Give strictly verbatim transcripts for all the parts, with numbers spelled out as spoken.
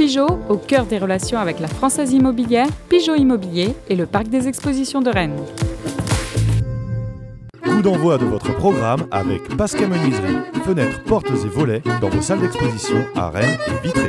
Pigeot, au cœur des relations avec la Française Immobilière, Pigeot Immobilier et le Parc des Expositions de Rennes. Coup d'envoi de votre programme avec Pascal Menuiserie, fenêtres, portes et volets dans vos salles d'exposition à Rennes et Vitré.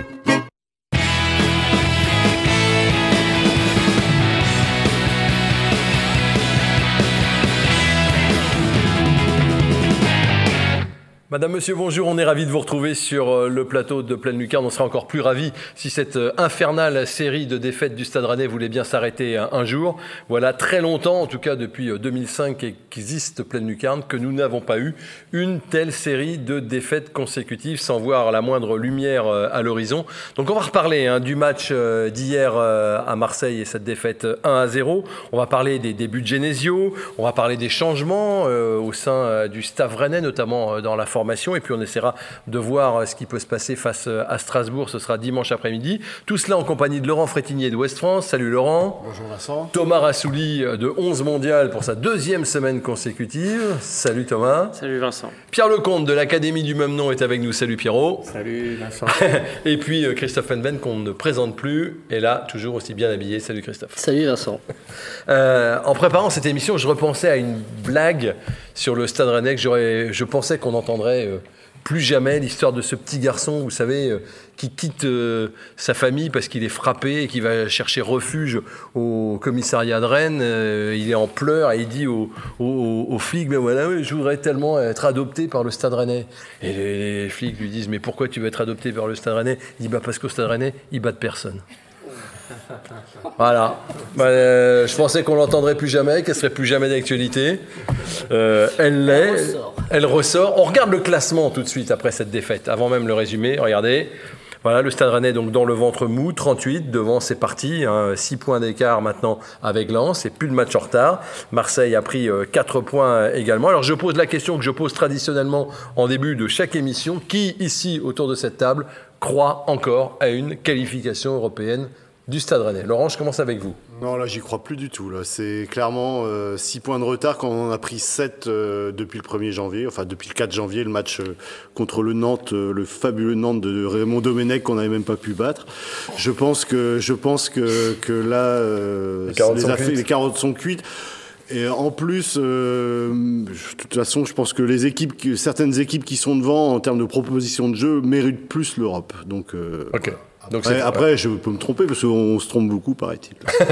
Madame, Monsieur, bonjour, on est ravis de vous retrouver sur le plateau de Pleine Lucarne. On serait encore plus ravis si cette infernale série de défaites du Stade Rennais voulait bien s'arrêter un jour. Voilà très longtemps, en tout cas depuis deux mille cinq qu'existe Pleine Lucarne, que nous n'avons pas eu une telle série de défaites consécutives sans voir la moindre lumière à l'horizon. Donc on va reparler hein, du match d'hier à Marseille et cette défaite un à zéro. On va parler des débuts de Genesio, on va parler des changements euh, au sein du staff rennais, notamment dans la formation, et puis on essaiera de voir ce qui peut se passer face à Strasbourg. Ce sera dimanche après-midi. Tout cela en compagnie de Laurent Frétinier de Ouest France. Salut Laurent. Bonjour Vincent. Thomas Rassouli de onze mondial pour sa deuxième semaine consécutive. Salut Thomas. Salut Vincent. Pierre Lecomte de l'Académie du même nom est avec nous. Salut Pierrot. Salut Vincent. Et puis Christophe Penben qu'on ne présente plus est là, toujours aussi bien habillé. Salut Christophe. Salut Vincent. Euh, en préparant cette émission, je repensais à une blague sur le Stade Rennais que j'aurais, je pensais qu'on entendrait Euh, plus jamais l'histoire de ce petit garçon, vous savez, euh, qui quitte euh, sa famille parce qu'il est frappé et qui va chercher refuge au commissariat de Rennes. Euh, il est en pleurs et il dit aux au, au flics, mais voilà, je voudrais tellement être adopté par le Stade Rennais. Et les, les flics lui disent, mais pourquoi tu veux être adopté par le Stade Rennais? Il dit, bah parce qu'au Stade Rennais, ils battent personne. Voilà. Bah, euh, je pensais qu'on l'entendrait plus jamais, qu'elle serait plus jamais d'actualité. Euh, elle l'est. Elle ressort. Elle ressort. On regarde le classement tout de suite après cette défaite, avant même le résumé. Regardez. Voilà, le Stade Rennais donc dans le ventre mou, trente-huit, devant c'est parti, hein, six points d'écart maintenant avec Lens, et plus de match en retard. Marseille a pris euh, quatre points également. Alors je pose la question que je pose traditionnellement en début de chaque émission. Qui ici, autour de cette table, croit encore à une qualification européenne du Stade Rennais? Laurent, je commence avec vous. Non, là, j'y crois plus du tout. Là. C'est clairement euh, six points de retard quand on en a pris sept euh, depuis le premier janvier, enfin depuis le quatre janvier, le match euh, contre le Nantes, euh, le fabuleux Nantes de Raymond Domenech qu'on n'avait même pas pu battre. Je pense que, je pense que, que là, euh, les, carottes les, affaires, les carottes sont cuites. Et en plus, euh, de toute façon, je pense que les équipes, certaines équipes qui sont devant en termes de proposition de jeu méritent plus l'Europe. Donc, euh, ok. Donc après, c'est... après, je peux me tromper parce qu'on se trompe beaucoup, paraît-il.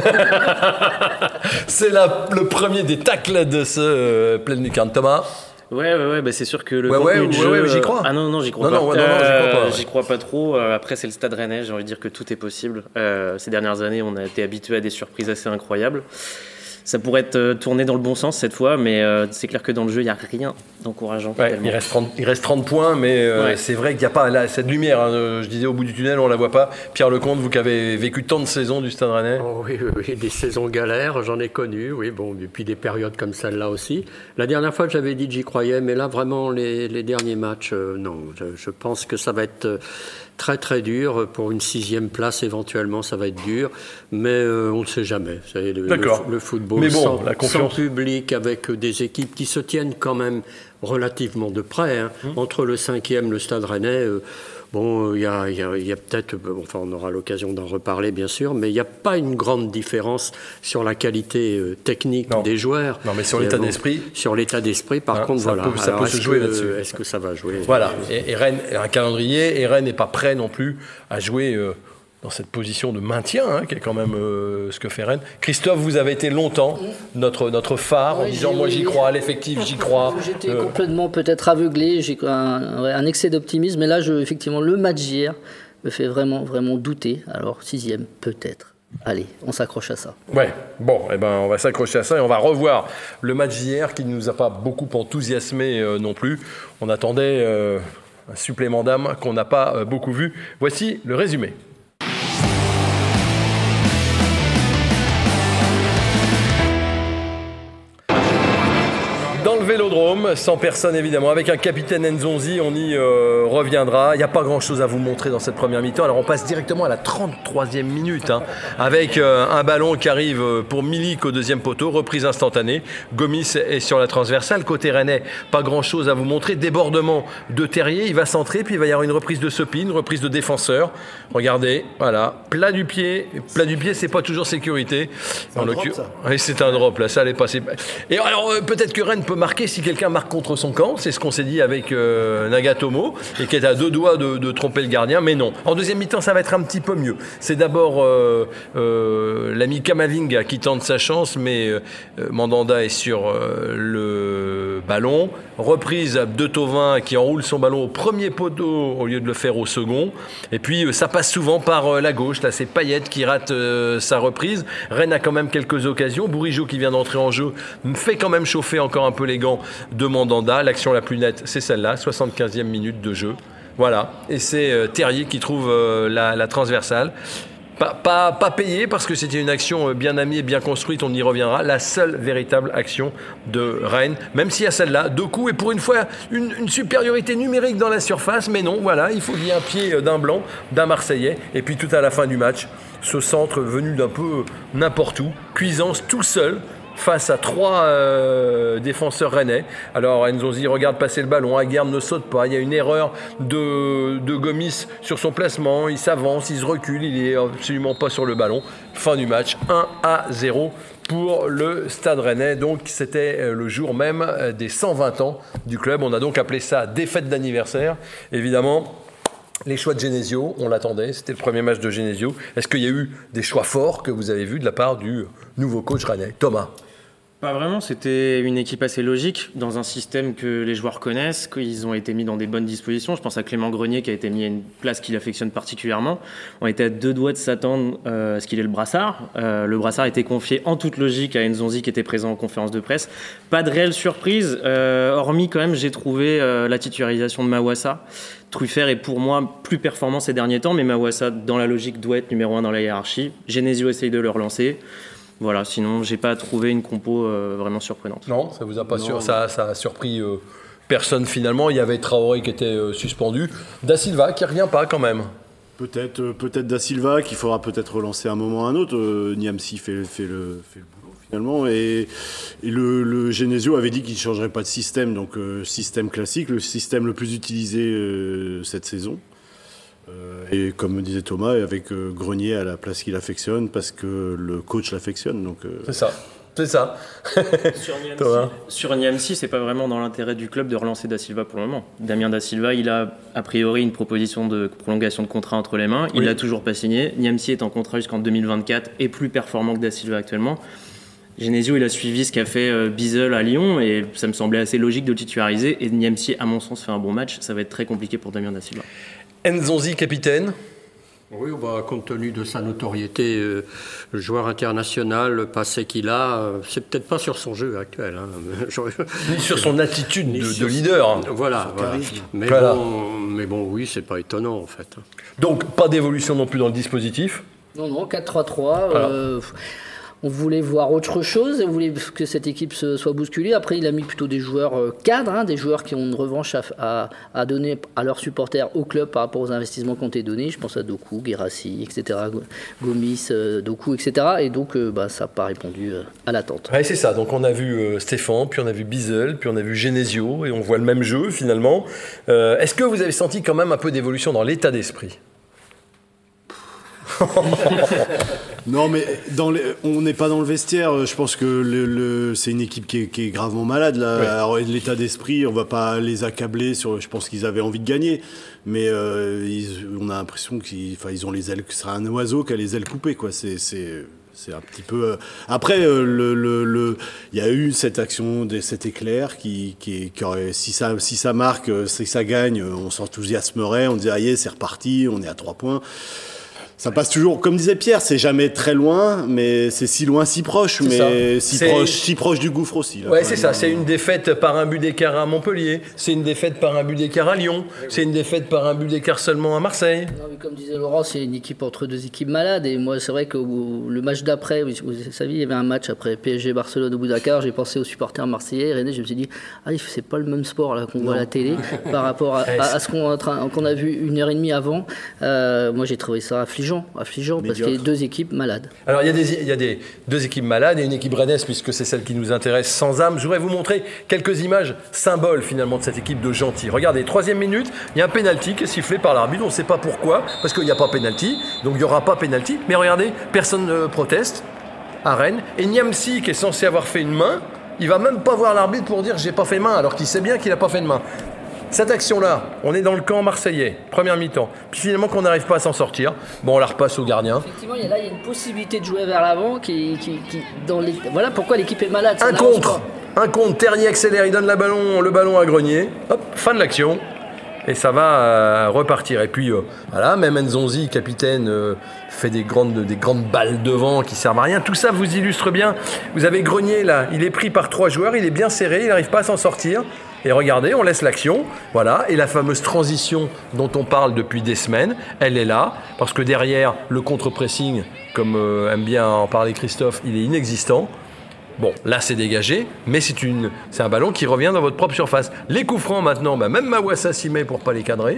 C'est la, le premier des tacles de ce euh, Pleine Lucarne. Thomas? Ouais, ouais, ouais, bah c'est sûr que le ouais, contenu ouais, de ouais, jeu... ouais, j'y crois. Ah non, non, j'y crois non, pas. Non, non, non, j'y crois pas. Euh, j'y crois pas trop. Euh, après, c'est le Stade Rennais. J'ai envie de dire que tout est possible. Euh, ces dernières années, on a été habitué à des surprises assez incroyables. Ça pourrait être tourné dans le bon sens cette fois, mais euh, c'est clair que dans le jeu, il n'y a rien d'encourageant. Ouais, il, reste trente, il reste trente points, mais euh, ouais. C'est vrai qu'il n'y a pas là, cette lumière. Hein, je disais au bout du tunnel, on ne la voit pas. Pierre Lecomte, vous qui avez vécu tant de saisons du Stade Rennais. Oh, oui, oui, oui, des saisons galères, j'en ai connu, oui, bon, et puis des périodes comme celle-là aussi. La dernière fois, j'avais dit que j'y croyais, mais là, vraiment, les, les derniers matchs, euh, non. Je, je pense que ça va être... Euh, très très dur, pour une sixième place éventuellement ça va être dur, mais euh, on ne sait jamais. Vous savez, le, D'accord. Le, le football mais bon, sans, la confiance... sans public, avec des équipes qui se tiennent quand même relativement de près, hein. Mmh. Entre le cinquième, le Stade Rennais, euh, bon, il y a, y a, y a peut-être, enfin on aura l'occasion d'en reparler bien sûr, mais il n'y a pas une grande différence sur la qualité euh, technique non. des joueurs. Non, mais sur l'état bon, d'esprit. Sur l'état d'esprit, par hein, contre, ça voilà. Peut, ça Alors, peut se jouer que, là-dessus. Est-ce que ça va jouer? Voilà. Et, et Rennes a un calendrier, et Rennes n'est pas prêt non plus à jouer euh, dans cette position de maintien, hein, qui est quand même euh, ce que fait Rennes. Christophe, vous avez été longtemps notre, notre phare ouais, en disant moi j'y crois, à l'effectif j'y crois. J'étais euh... complètement peut-être aveuglé, j'ai un, ouais, un excès d'optimisme, mais là, je, effectivement, le match d'hier me fait vraiment, vraiment douter. Alors, sixième, peut-être. Allez, on s'accroche à ça. Ouais, bon, eh ben, on va s'accrocher à ça et on va revoir le match d'hier qui ne nous a pas beaucoup enthousiasmé euh, non plus. On attendait euh, un supplément d'âme qu'on n'a pas euh, beaucoup vu. Voici le résumé. Dans le le Vélodrome, sans personne évidemment, avec un capitaine Nzonzi, on y euh, reviendra. Il n'y a pas grand-chose à vous montrer dans cette première mi-temps. Alors on passe directement à la trente-troisième minute, hein, avec euh, un ballon qui arrive pour Milik au deuxième poteau, reprise instantanée. Gomis est sur la transversale. Côté rennais, pas grand-chose à vous montrer. Débordement de Terrier, il va centrer, puis il va y avoir une reprise de Sopi, une reprise de défenseur. Regardez, voilà, plat du pied. Plat du pied, c'est pas toujours sécurité. C'est un drop, ça. Oui, c'est un drop, là, ça allait passer. Et alors, euh, peut-être que Rennes peut marquer si quelqu'un marque contre son camp, c'est ce qu'on s'est dit avec euh, Nagatomo, et qui est à deux doigts de, de tromper le gardien, mais non. En deuxième mi-temps, ça va être un petit peu mieux. C'est d'abord euh, euh, l'ami Kamavinga qui tente sa chance, mais euh, Mandanda est sur euh, le ballon. Reprise de Thauvin qui enroule son ballon au premier poteau au lieu de le faire au second. Et puis, euh, ça passe souvent par euh, la gauche. Là, c'est Payet qui rate euh, sa reprise. Rennes a quand même quelques occasions. Bourigeaud qui vient d'entrer en jeu fait quand même chauffer encore un peu les gants de Mandanda. L'action la plus nette, c'est celle-là, soixante-quinzième minute de jeu. Voilà, et c'est euh, Terrier qui trouve euh, la, la transversale. Pas, pas, pas payé parce que c'était une action bien amie et bien construite, on y reviendra. La seule véritable action de Rennes, même s'il y a celle-là, deux coups et pour une fois une, une supériorité numérique dans la surface, mais non, voilà, il faut qu'il y ait un pied d'un Blanc, d'un Marseillais, et puis tout à la fin du match, ce centre venu d'un peu n'importe où, Cuisance tout seul, face à trois euh, défenseurs rennais. Alors Nzonzi regarde passer le ballon, Aguerd ne saute pas, il y a une erreur de, de Gomis sur son placement, il s'avance, il se recule, il est absolument pas sur le ballon. Fin du match, un à zéro pour le Stade Rennais. Donc c'était le jour même des cent vingt ans du club. On a donc appelé ça défaite d'anniversaire. Évidemment, les choix de Genesio, on l'attendait, c'était le premier match de Genesio. Est-ce qu'il y a eu des choix forts que vous avez vus de la part du nouveau coach rennais, Thomas? Pas vraiment, c'était une équipe assez logique dans un système que les joueurs connaissent, qu'ils ont été mis dans des bonnes dispositions. Je pense à Clément Grenier qui a été mis à une place qu'il affectionne particulièrement. On était à deux doigts de s'attendre euh, à ce qu'il ait le brassard. Euh, le brassard a été confié en toute logique à Nzonzi qui était présent en conférence de presse. Pas de réelle surprise, euh, hormis quand même j'ai trouvé euh, la titularisation de Mawassa. Truffert est pour moi plus performant ces derniers temps, mais Mawassa dans la logique doit être numéro un dans la hiérarchie. Genesio essaye de le relancer. Voilà, sinon, j'ai pas trouvé une compo euh, vraiment surprenante. Non, ça vous a pas sur, ça, ça a surpris euh, personne finalement. Il y avait Traoré qui était euh, suspendu, Da Silva qui revient pas quand même. Peut-être, euh, peut-être Da Silva qu'il faudra peut-être relancer à un moment ou à un autre. Euh, Niamsi fait, fait, le, fait le boulot finalement. Et, et le, le Genesio avait dit qu'il ne changerait pas de système, donc euh, système classique, le système le plus utilisé euh, cette saison. Euh, et comme me disait Thomas, avec euh, Grenier à la place qu'il affectionne, parce que le coach l'affectionne. Donc, euh... C'est ça, c'est ça. Sur Niamsi, sur Niamsi, c'est pas vraiment dans l'intérêt du club de relancer Da Silva pour le moment. Damien Da Silva, il a a priori une proposition de prolongation de contrat entre les mains. Il l'a oui. toujours pas signé. Niamsi est en contrat jusqu'en deux mille vingt-quatre et plus performant que Da Silva actuellement. Genesio, il a suivi ce qu'a fait euh, Bizel à Lyon et ça me semblait assez logique de le titulariser. Et Niamsi, à mon sens, fait un bon match. Ça va être très compliqué pour Damien Da Silva. Nzonzi, capitaine. Oui, bah, compte tenu de sa notoriété, euh, joueur international, le passé qu'il a, euh, c'est peut-être pas sur son jeu actuel. Hein. Ni sur son attitude de, sur... de leader. Voilà, voilà. Mais, voilà. Bon, mais bon, oui, c'est pas étonnant en fait. Donc, pas d'évolution non plus dans le dispositif. Non, non, quatre trois trois. Voilà. Euh, on voulait voir autre chose, on voulait que cette équipe se soit bousculée. Après, il a mis plutôt des joueurs cadres, hein, des joueurs qui ont une revanche à, à, à donner à leurs supporters au club par rapport aux investissements qui ont été donnés. Je pense à Doku, Guirassy, et cetera, Gomis, euh, Doku, et cetera. Et donc, euh, bah, ça n'a pas répondu euh, à l'attente. Ouais, c'est ça. Donc, on a vu euh, Stéphane, puis on a vu Bizel, puis on a vu Genesio, et on voit le même jeu finalement. Euh, est-ce que vous avez senti quand même un peu d'évolution dans l'état d'esprit ? Non, mais dans les, on n'est pas dans le vestiaire. Je pense que le, le, c'est une équipe qui est, qui est gravement malade. Là. Ouais. Alors, l'état d'esprit, on ne va pas les accabler. Sur, je pense qu'ils avaient envie de gagner. Mais euh, ils, on a l'impression qu'ils ils ont les ailes. C'est un oiseau qui a les ailes coupées. Quoi. C'est, c'est, c'est un petit peu. Euh... Après, il euh, le, le, le, y a eu cette action, de, cet éclair qui, qui, qui aurait. Si ça, si ça marque, si ça gagne, on s'enthousiasmerait. On dirait, ah, yeah, c'est reparti, on est à trois points. Ça passe toujours, comme disait Pierre, c'est jamais très loin, mais c'est si loin, si proche, c'est mais si c'est... proche, si proche du gouffre aussi. Là, ouais, c'est ça. C'est une défaite par un but d'écart à Montpellier. C'est une défaite par un but d'écart à Lyon. C'est une défaite par un but d'écart seulement à Marseille. Non, mais comme disait Laurent, c'est une équipe entre deux équipes malades. Et moi, c'est vrai que le match d'après, vous savez, il y avait un match après P S G Barcelone au Boudakar. J'ai pensé aux supporters marseillais. René, je me suis dit, ah, c'est pas le même sport là qu'on voit à la télé par rapport à, à, à ce qu'on, qu'on a vu une heure et demie avant. Euh, moi, j'ai trouvé ça affligeant, affligeant. Parce qu'il y a deux équipes malades. Alors, il y a, des, il y a des, deux équipes malades et une équipe rennaise, puisque c'est celle qui nous intéresse, sans âme. Je voudrais vous montrer quelques images symboles, finalement, de cette équipe de gentils. Regardez, troisième minute, il y a un pénalty qui est sifflé par l'arbitre. On ne sait pas pourquoi, parce qu'il n'y a pas pénalty. Donc, il n'y aura pas pénalty. Mais regardez, personne ne proteste à Rennes. Et Niamsi, qui est censé avoir fait une main, il ne va même pas voir l'arbitre pour dire « j'ai pas fait main », alors qu'il sait bien qu'il n'a pas fait de main. Cette action-là, on est dans le camp marseillais, première mi-temps. Puis finalement, qu'on n'arrive pas à s'en sortir, bon, on la repasse au gardien. Effectivement, il y a, là, il y a une possibilité de jouer vers l'avant. Qui, qui, qui, dans les... Voilà pourquoi l'équipe est malade. Un contre, un contre. Terrier accélère, il donne la ballon, le ballon à Grenier. Hop, fin de l'action. Et ça va euh, repartir. Et puis, euh, voilà, même Nzonzi, capitaine, euh, fait des grandes, des grandes balles devant qui servent à rien. Tout ça vous illustre bien. Vous avez Grenier, là, il est pris par trois joueurs, il est bien serré, il n'arrive pas à s'en sortir. Et regardez, on laisse l'action, voilà, et la fameuse transition dont on parle depuis des semaines, elle est là, parce que derrière, le contre-pressing, comme euh, aime bien en parler Christophe, il est inexistant. Bon, là c'est dégagé, mais c'est, une, c'est un ballon qui revient dans votre propre surface. Les coups francs maintenant, bah, même Mawassa s'y met pour ne pas les cadrer.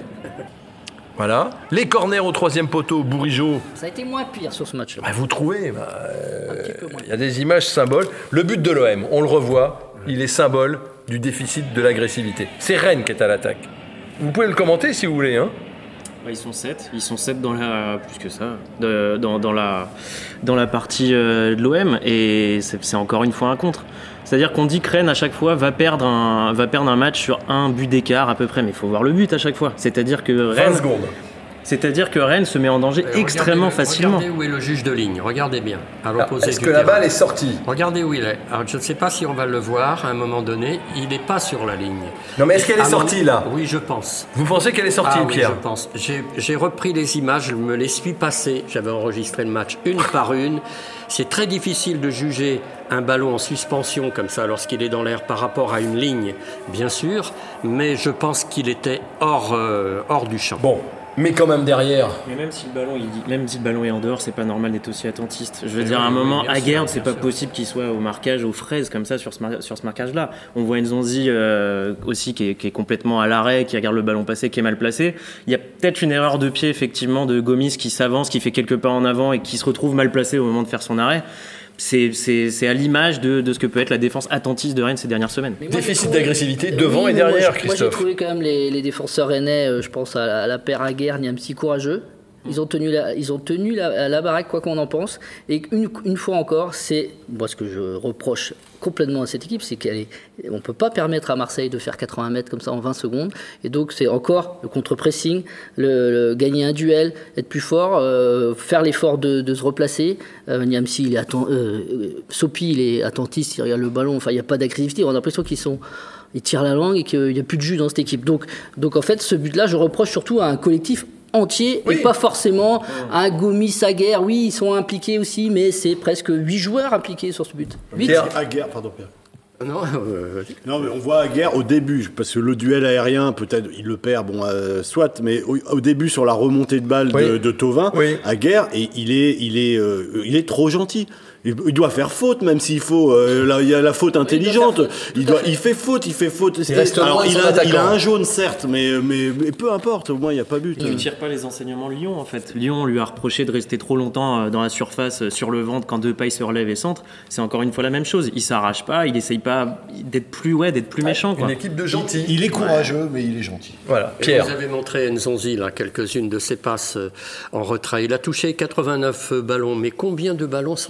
Voilà. Les corners au troisième poteau, Bourigeaud. Ça a été moins pire sur ce match-là. Bah, vous trouvez, bah, euh, il y a des images symboles. Le but de l'O M, on le revoit, il est symbole du déficit de l'agressivité. C'est Rennes qui est à l'attaque. Vous pouvez le commenter si vous voulez. Hein. Bah, ils sont sept, ils sont sept dans la plus que ça, de, dans, dans la dans la partie euh, de l'O M et c'est, c'est encore une fois un contre. C'est-à-dire qu'on dit que Rennes à chaque fois va perdre un va perdre un match sur un but d'écart à peu près, mais il faut voir le but à chaque fois. C'est-à-dire que Rennes, vingt secondes. C'est-à-dire que Rennes se met en danger regardez, extrêmement facilement. Regardez où est le juge de ligne, regardez bien. À l'opposé Est-ce du que terrain. La balle est sortie? Regardez où il est. Alors, je ne sais pas si on va le voir à un moment donné, il n'est pas sur la ligne. Non mais est-ce qu'elle est sortie là? Oui, je pense. Vous pensez qu'elle est sortie, ah, Pierre? Oui, je pense. J'ai, j'ai repris les images, je me les suis passées, j'avais enregistré le match une par une. C'est très difficile de juger un ballon en suspension comme ça lorsqu'il est dans l'air par rapport à une ligne, bien sûr, mais je pense qu'il était hors, euh, hors du champ. Bon. Mais quand même derrière. Mais même si le ballon, il dit, même si le ballon est en dehors, c'est pas normal d'être aussi attentiste. Je veux dire, à un moment, Aguerd, c'est pas sûr. Possible qu'il soit au marquage, aux fraises comme ça sur ce, mar- sur ce marquage-là. On voit Nzonzi euh, aussi qui est, qui est complètement à l'arrêt, qui regarde le ballon passer, qui est mal placé. Il y a peut-être une erreur de pied effectivement de Gomis qui s'avance, qui fait quelques pas en avant et qui se retrouve mal placé au moment de faire son arrêt. C'est, c'est, c'est à l'image de, de ce que peut être la défense attentiste de Rennes ces dernières semaines. Moi, déficit trouvé, d'agressivité devant oui, et derrière, moi, Christophe. Moi, j'ai trouvé quand même les, les défenseurs rennais, euh, je pense à la, à la paire Aguerd, Niamsi courageux. Ils ont tenu la, ils ont tenu la, la baraque, quoi qu'on en pense. Et une, une fois encore, c'est moi ce que je reproche complètement à cette équipe, c'est qu'on ne peut pas permettre à Marseille de faire quatre-vingts mètres comme ça en vingt secondes. Et donc, c'est encore le contre-pressing, le, le, gagner un duel, être plus fort, euh, faire l'effort de, de se replacer. Euh, Niamsi, il est atten- euh, Sopi, il est attentiste, il regarde le ballon. Enfin, il n'y a pas d'agressivité. On a l'impression qu'ils sont... Ils tirent la langue et qu'il n'y a plus de jus dans cette équipe. Donc, donc, en fait, ce but-là, je reproche surtout à un collectif entier oui. et pas forcément un Gomis, Aguerd. Oui, ils sont impliqués aussi, mais c'est presque huit joueurs impliqués sur ce but. huit Aguerd, pardon Pierre. Non, euh... non, mais on voit Aguerd au début, parce que le duel aérien, peut-être, il le perd, bon, euh, soit, mais au, au début, sur la remontée de balle oui. de, de Thauvin, oui. Aguerd, et il est, il est, euh, il est trop gentil. Il doit faire faute, même s'il faut. Euh, là, il y a la faute intelligente. Il, il, doit, il fait faute, il fait faute. Il, reste Alors, il, a, il a un jaune, certes, mais, mais, mais peu importe, au moins, il n'y a pas but. Il ne tire pas les enseignements de Lyon, en fait. Lyon lui a reproché de rester trop longtemps dans la surface, sur le ventre, quand Depay se relève et centre. C'est encore une fois la même chose. Il ne s'arrache pas, il n'essaye pas d'être plus, ouais, d'être plus méchant. Quoi. Une équipe de gentils. Il, il est courageux, ouais. mais il est gentil. Voilà. Pierre. Vous avez montré Nzonzi, là, quelques-unes de ses passes en retrait. Il a touché quatre-vingt-neuf ballons, mais combien de ballons sont allés vers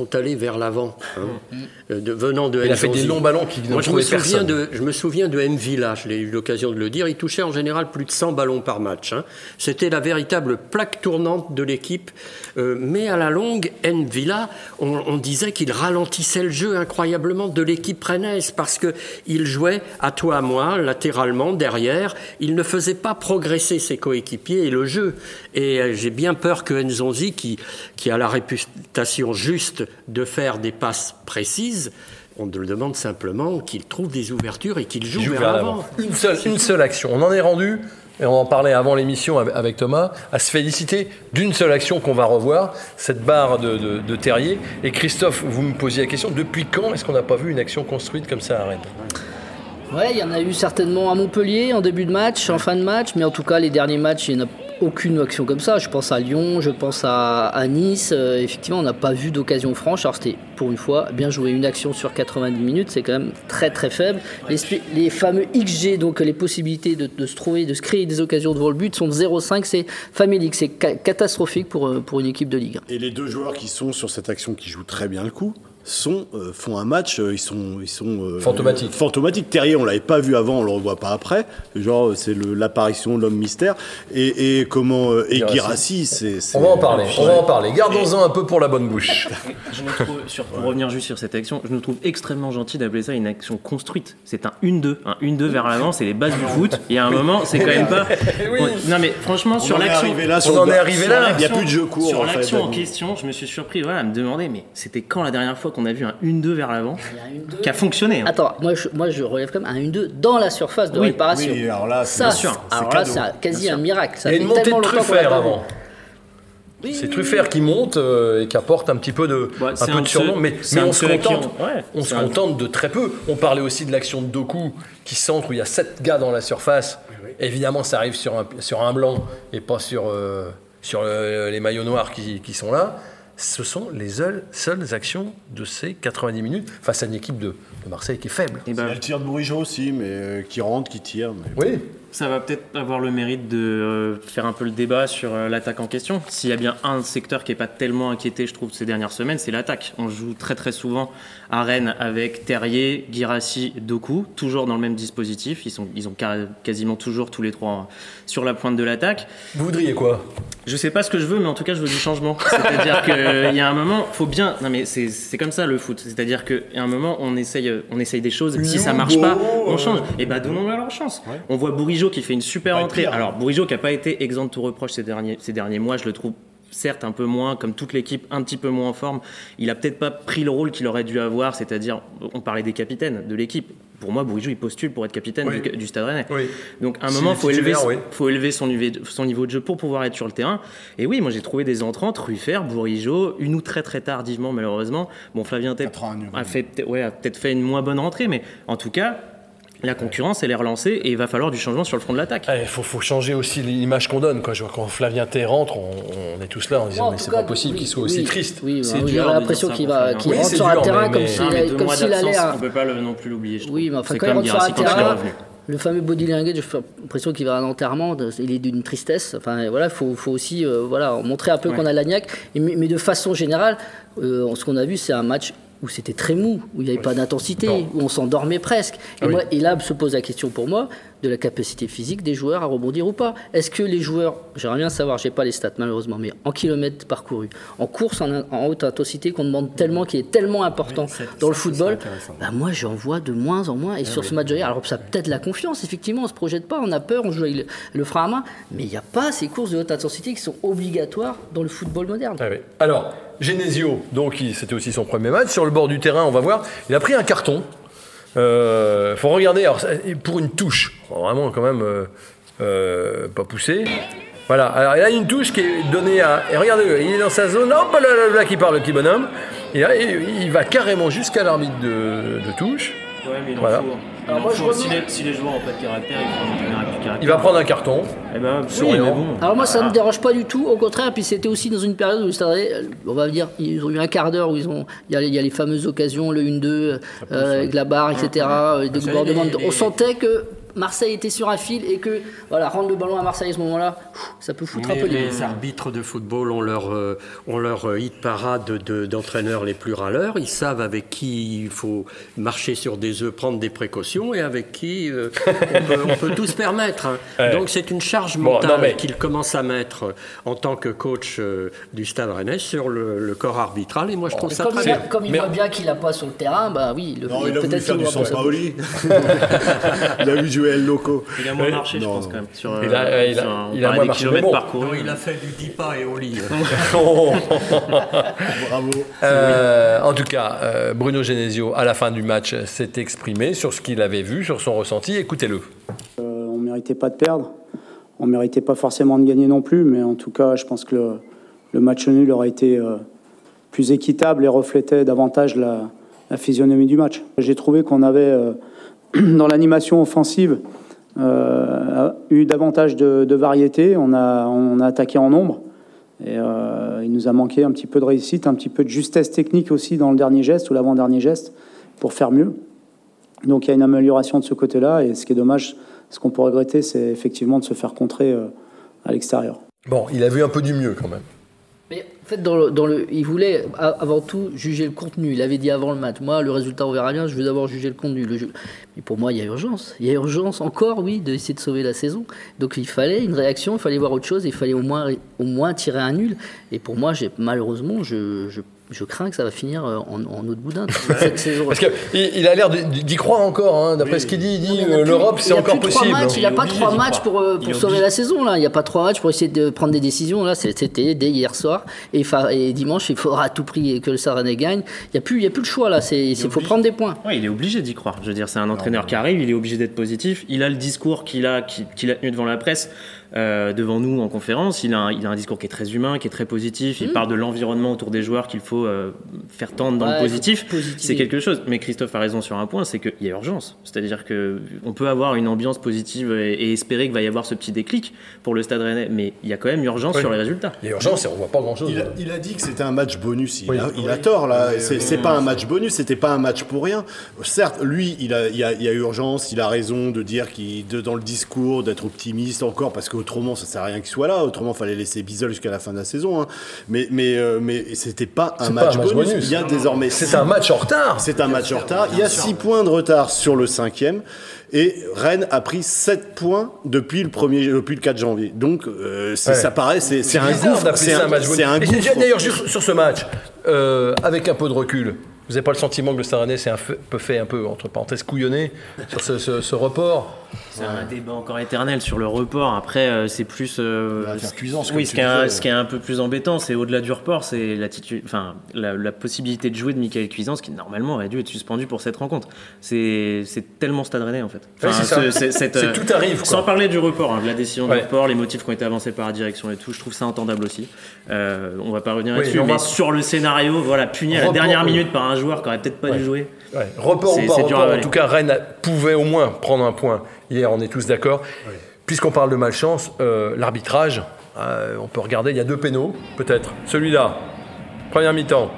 vers l'avant, hein, mmh. de, venant de Il a fait des longs ballons qui Moi, je me souviens de, je me souviens de Mvila, je l'ai eu l'occasion de le dire, il touchait en général plus de cent ballons par match. Hein. C'était la véritable plaque tournante de l'équipe. Euh, mais à la longue, Mvila, on, on disait qu'il ralentissait le jeu incroyablement de l'équipe rennaise parce qu'il jouait à toi, à moi, latéralement, derrière. Il ne faisait pas progresser ses coéquipiers et le jeu. Et euh, j'ai bien peur que Nzonzi, qui, qui a la réputation juste de faire des passes précises, on le demande simplement qu'il trouve des ouvertures et qu'il joue, joue vers, vers l'avant. Une seule, une seule action. On en est rendu, et on en parlait avant l'émission avec Thomas, à se féliciter d'une seule action qu'on va revoir, cette barre de, de, de Terrier. Et Christophe, vous me posiez la question, depuis quand est-ce qu'on n'a pas vu une action construite comme ça à Rennes ? Ouais, il y en a eu certainement à Montpellier en début de match, en fin de match, mais en tout cas les derniers matchs, il n'y en a aucune action comme ça. Je pense à Lyon, je pense à, à Nice. Euh, effectivement, on n'a pas vu d'occasion franche. Alors c'était pour une fois bien joué, une action sur quatre-vingt-dix minutes, c'est quand même très très faible. Les, les fameux X G, donc les possibilités de, de se trouver, de se créer des occasions devant le but sont de zéro virgule cinq, c'est famélique, c'est ca- catastrophique pour, pour une équipe de Ligue un. Et les deux joueurs qui sont sur cette action qui jouent très bien le coup sont, euh, font un match, euh, ils sont, ils sont euh, fantomatiques. Euh, fantomatiques. Terrier, on l'avait pas vu avant, on le revoit pas après. Genre, c'est le, l'apparition de l'homme mystère. Et, et comment euh, et Guirassy, c'est, c'est. On va en parler. On va en parler. Gardons-en un peu pour la bonne bouche. Je me trouve, sur, pour revenir juste sur cette action, je me trouve extrêmement gentil d'appeler ça une action construite. C'est un un deux, un un deux vers l'avant, c'est les bases du foot. Il y a un moment, c'est quand même pas. Oui. On, non mais franchement, on sur l'action, là, on en est arrivé là. Il n'y a plus de jeu court. Sur en l'action fait, en question, je me suis surpris, voilà, à me demander, mais c'était quand la dernière fois qu'on a vu un un deux vers l'avant qui a fonctionné. Hein. Attends, moi je, moi je relève quand même un un deux dans la surface de oui, réparation. Oui, alors là, ça, c'est, sûr. Alors là, c'est quasi un miracle. Ça Il y a une montée de Truffert avant. Oui, c'est oui, Truffert oui. qui monte euh, et qui apporte un petit peu de, ouais, un peu de surnom, mais, mais on, se contente, on, ouais, on se contente de très peu. On parlait aussi de l'action de Doku qui centre où il y a sept gars dans la surface. Oui, oui. Évidemment, ça arrive sur un, sur un blanc et pas sur, euh, sur le, les maillots noirs qui, qui sont là. Ce sont les seules, seules actions de ces quatre-vingt-dix minutes face à une équipe de, de Marseille qui est faible. Et ben, il y a le tir de Bourigeaud aussi, mais euh, qui rentre, qui tire. Mais... Oui. Ça va peut-être avoir le mérite de euh, faire un peu le débat sur euh, l'attaque en question. S'il y a bien un secteur qui n'est pas tellement inquiété, je trouve, ces dernières semaines, c'est l'attaque. On joue très très souvent à Rennes avec Terrier, Guirassy, Doku, toujours dans le même dispositif. Ils, sont, ils ont quasiment toujours tous les trois sur la pointe de l'attaque. Vous voudriez quoi ? Je sais pas ce que je veux, mais en tout cas, je veux du changement. C'est-à-dire qu'il y a un moment, faut bien... Non mais c'est, c'est comme ça le foot. C'est-à-dire qu'à un moment, on essaye, on essaye des choses. Si ça marche pas, on change. Et bah donnons-leur leur chance. Ouais. On voit Bourigeaud qui fait une super entrée. Pire, alors Bourigeaud qui n'a pas été exempt de tout reproche ces derniers, ces derniers mois, je le trouve certes un peu moins, comme toute l'équipe, un petit peu moins en forme. Il a peut-être pas pris le rôle qu'il aurait dû avoir, c'est-à-dire, on parlait des capitaines de l'équipe. Pour moi, Bourigeaud, il postule pour être capitaine oui. du, du Stade Rennais. Oui. Donc, à un moment, il faut élever, oui. faut élever son, son niveau de jeu pour pouvoir être sur le terrain. Et oui, moi, j'ai trouvé des entrants, Truffert, Bourigeau, une ou très très tardivement, malheureusement. Bon, Flavien Tep a, fait, ouais, a peut-être fait une moins bonne rentrée, mais en tout cas, la concurrence, elle est relancée et il va falloir du changement sur le front de l'attaque. Il faut, faut changer aussi l'image qu'on donne. Quoi. Je vois, quand Flavien Tay rentre, on, on est tous là en disant oh, mais c'est cas, pas possible oui, qu'il soit oui, aussi triste. Oui, c'est oui, dur. On a l'impression qu'il, va, qu'il oui, rentre sur un terrain comme s'il allait. On ne peut pas le, non plus l'oublier. Je oui, mais enfin, quand il rentre sur un terrain, le fameux body language, j'ai l'impression qu'il va à un enterrement, il est d'une tristesse. Enfin, voilà, faut, faut aussi, euh, voilà, montrer un peu ouais. qu'on a l'agnac. Mais, mais de façon générale, euh, ce qu'on a vu, c'est un match où c'était très mou, où il n'y avait oui. pas d'intensité, non. où on s'endormait presque. Et, ah moi, oui. et là se pose la question pour moi de la capacité physique des joueurs à rebondir ou pas. Est-ce que les joueurs, j'aimerais bien savoir, je n'ai pas les stats malheureusement, mais en kilomètres parcourus, en course en, en haute intensité qu'on demande tellement, qui est tellement important oui, dans le football, bah moi j'en vois de moins en moins. Et ah sur oui. ce match d'hier, alors ça peut-être la confiance, effectivement, on ne se projette pas, on a peur, on joue avec le, le frein à main, mais il n'y a pas ces courses de haute intensité qui sont obligatoires dans le football moderne. Ah oui. Alors, Genesio, donc c'était aussi son premier match. Sur le bord du terrain, on va voir, il a pris un carton. Il euh, faut regarder, alors, pour une touche, vraiment quand même euh, euh, pas poussé. Voilà, alors il a une touche qui est donnée à... Et regardez, il est dans sa zone, hop là, là, là qui parle le petit bonhomme. Et là, il va carrément jusqu'à l'arbitre de, de touche. Ouais, mais il en voilà. faut. Il en faut. Si, les, si les joueurs n'ont pas de caractère, il faut un peu de caractère. Il va prendre un carton. Eh ben, souriant. Oui, bon. Alors moi, ça ne me dérange pas du tout. Au contraire, puis c'était aussi dans une période où le Stade Rennais, on va dire, ils ont eu un quart d'heure où ils ont, il y a, il y a les fameuses occasions, le un deux, euh, avec la barre, et cetera, ah, des débordements. On sentait que Marseille était sur un fil et que voilà, rendre le ballon à Marseille à ce moment-là, ça peut foutre mais un peu les... Les arbitres de football ont leur, euh, ont leur hit parade de, de, d'entraîneurs les plus râleurs. Ils savent avec qui il faut marcher sur des œufs, prendre des précautions et avec qui euh, on, peut, on peut tout se permettre. Hein. Ouais. Donc c'est une charge mentale bon, mais... qu'il commence à mettre en tant que coach euh, du Stade Rennais sur le, le corps arbitral. Et moi je bon, trouve ça très bien. Comme il mais... voit bien qu'il n'a pas sur le terrain, bah oui, le, non, il a peut-être voulu faire du Sampaoli. Il a vu jouer El Loco. Il a moins marché, non, je pense, non. quand même. Sur, il a, euh, il a, un, il a moins marché. Bon. Non, il a fait du dix pas et au lit. Bravo. Euh, en tout cas, euh, Bruno Genesio, à la fin du match, s'est exprimé sur ce qu'il avait vu, sur son ressenti. Écoutez-le. Euh, on ne méritait pas de perdre. On ne méritait pas forcément de gagner non plus. Mais en tout cas, je pense que le, le match nul aurait été euh, plus équitable et reflétait davantage la, la physionomie du match. J'ai trouvé qu'on avait, euh, dans l'animation offensive, euh, eu davantage de, de variété. On a, on a attaqué en nombre. Et euh, il nous a manqué un petit peu de réussite, un petit peu de justesse technique aussi dans le dernier geste ou l'avant-dernier geste pour faire mieux. Donc il y a une amélioration de ce côté-là. Et ce qui est dommage, ce qu'on peut regretter, c'est effectivement de se faire contrer euh, à l'extérieur. Bon, il a vu un peu du mieux quand même. Mais en fait, dans le, dans le, il voulait avant tout juger le contenu. Il avait dit avant le match, moi, le résultat, on verra bien, je veux d'abord juger le contenu. Le jeu. Mais pour moi, il y a urgence. Il y a urgence encore, oui, d'essayer de sauver la saison. Donc il fallait une réaction, il fallait voir autre chose, il fallait au moins, au moins tirer un nul. Et pour moi, j'ai, malheureusement, je, je Je crains que ça va finir en, en eau de boudin cette saison. Parce qu'il il a l'air d'y croire encore, hein, d'après oui. ce qu'il dit. Il dit non, euh, l'Europe, c'est encore possible. Matchs, il n'y a pas trois matchs pour, pour sauver la saison. Là. Il n'y a pas trois matchs pour essayer de prendre des décisions. Là, c'était dès hier soir. Et, et dimanche, il faudra à tout prix que le Stade Rennais gagne. Il n'y a, a plus le choix. Là. Il faut prendre des points. Ouais, il est obligé d'y croire. Je veux dire, c'est un entraîneur non, qui arrive. Il est obligé d'être positif. Il a le discours qu'il a, qu'il a tenu devant la presse. Euh, devant nous en conférence, il a, un, il a un discours qui est très humain, qui est très positif. Il mmh. parle de l'environnement autour des joueurs qu'il faut euh, faire tendre dans ouais, le positif. C'est quelque chose. Mais Christophe a raison sur un point, c'est qu'il y a urgence. C'est-à-dire qu'on peut avoir une ambiance positive et, et espérer qu'il va y avoir ce petit déclic pour le Stade Rennais, mais il y a quand même urgence oui. sur les résultats. Il y a urgence et on voit pas grand-chose. Il a, il a dit que c'était un match bonus. Il, oui. a, il a tort là. Oui, c'est, oui, c'est oui, pas oui. un match bonus. C'était pas un match pour rien. Certes, lui, il a, il y a, il y a urgence. Il a raison de dire qu'il, de, dans le discours, d'être optimiste encore, parce qu'autrement, ça sert à rien qu'il soit là. Autrement, il fallait laisser Bizel jusqu'à la fin de la saison. Hein. Mais, mais, euh, mais c'était pas un, match, pas un match bonus. bonus. Il y a désormais. C'est six... un match en retard. C'est un match en retard. Il y a six points de retard sur le cinquième. Et Rennes a pris sept points depuis le, premier, depuis le quatre janvier. Donc, euh, c'est, ouais. ça paraît, c'est, c'est, c'est un gouffre. C'est un, un match c'est un gouffre. D'ailleurs, juste sur ce match, euh, avec un peu de recul, vous n'avez pas le sentiment que le Stade Rennais s'est un peu fait un peu, entre parenthèses, couillonner sur ce, ce, ce report? C'est un débat encore éternel sur le report. Après, euh, c'est plus. Euh, la cuisance, oui, ce qui, est, ce qui est un peu plus embêtant, c'est au-delà du report, c'est l'attitude, enfin, la, la possibilité de jouer de Michael Cuisance, qui normalement aurait dû être suspendu pour cette rencontre. C'est, c'est tellement Stade Rennais en fait. Enfin, oui, c'est, ce, c'est, cette, c'est tout arrive. Quoi. Sans parler du report, hein, de la décision ouais. du report, les motifs qui ont été avancés par la direction et tout, je trouve ça entendable aussi. Euh, on va pas revenir oui, là-dessus, mais, mais sur le scénario, voilà, puni à la dernière oui. minute par un joueur qui aurait peut-être pas ouais. dû jouer. Ouais. Report c'est, ou pas report, en tout cas, Rennes pouvait au moins prendre un point. Hier, on est tous d'accord. Oui. Puisqu'on parle de malchance, euh, l'arbitrage, euh, on peut regarder, il y a deux pénaux, peut-être. Celui-là, première mi-temps.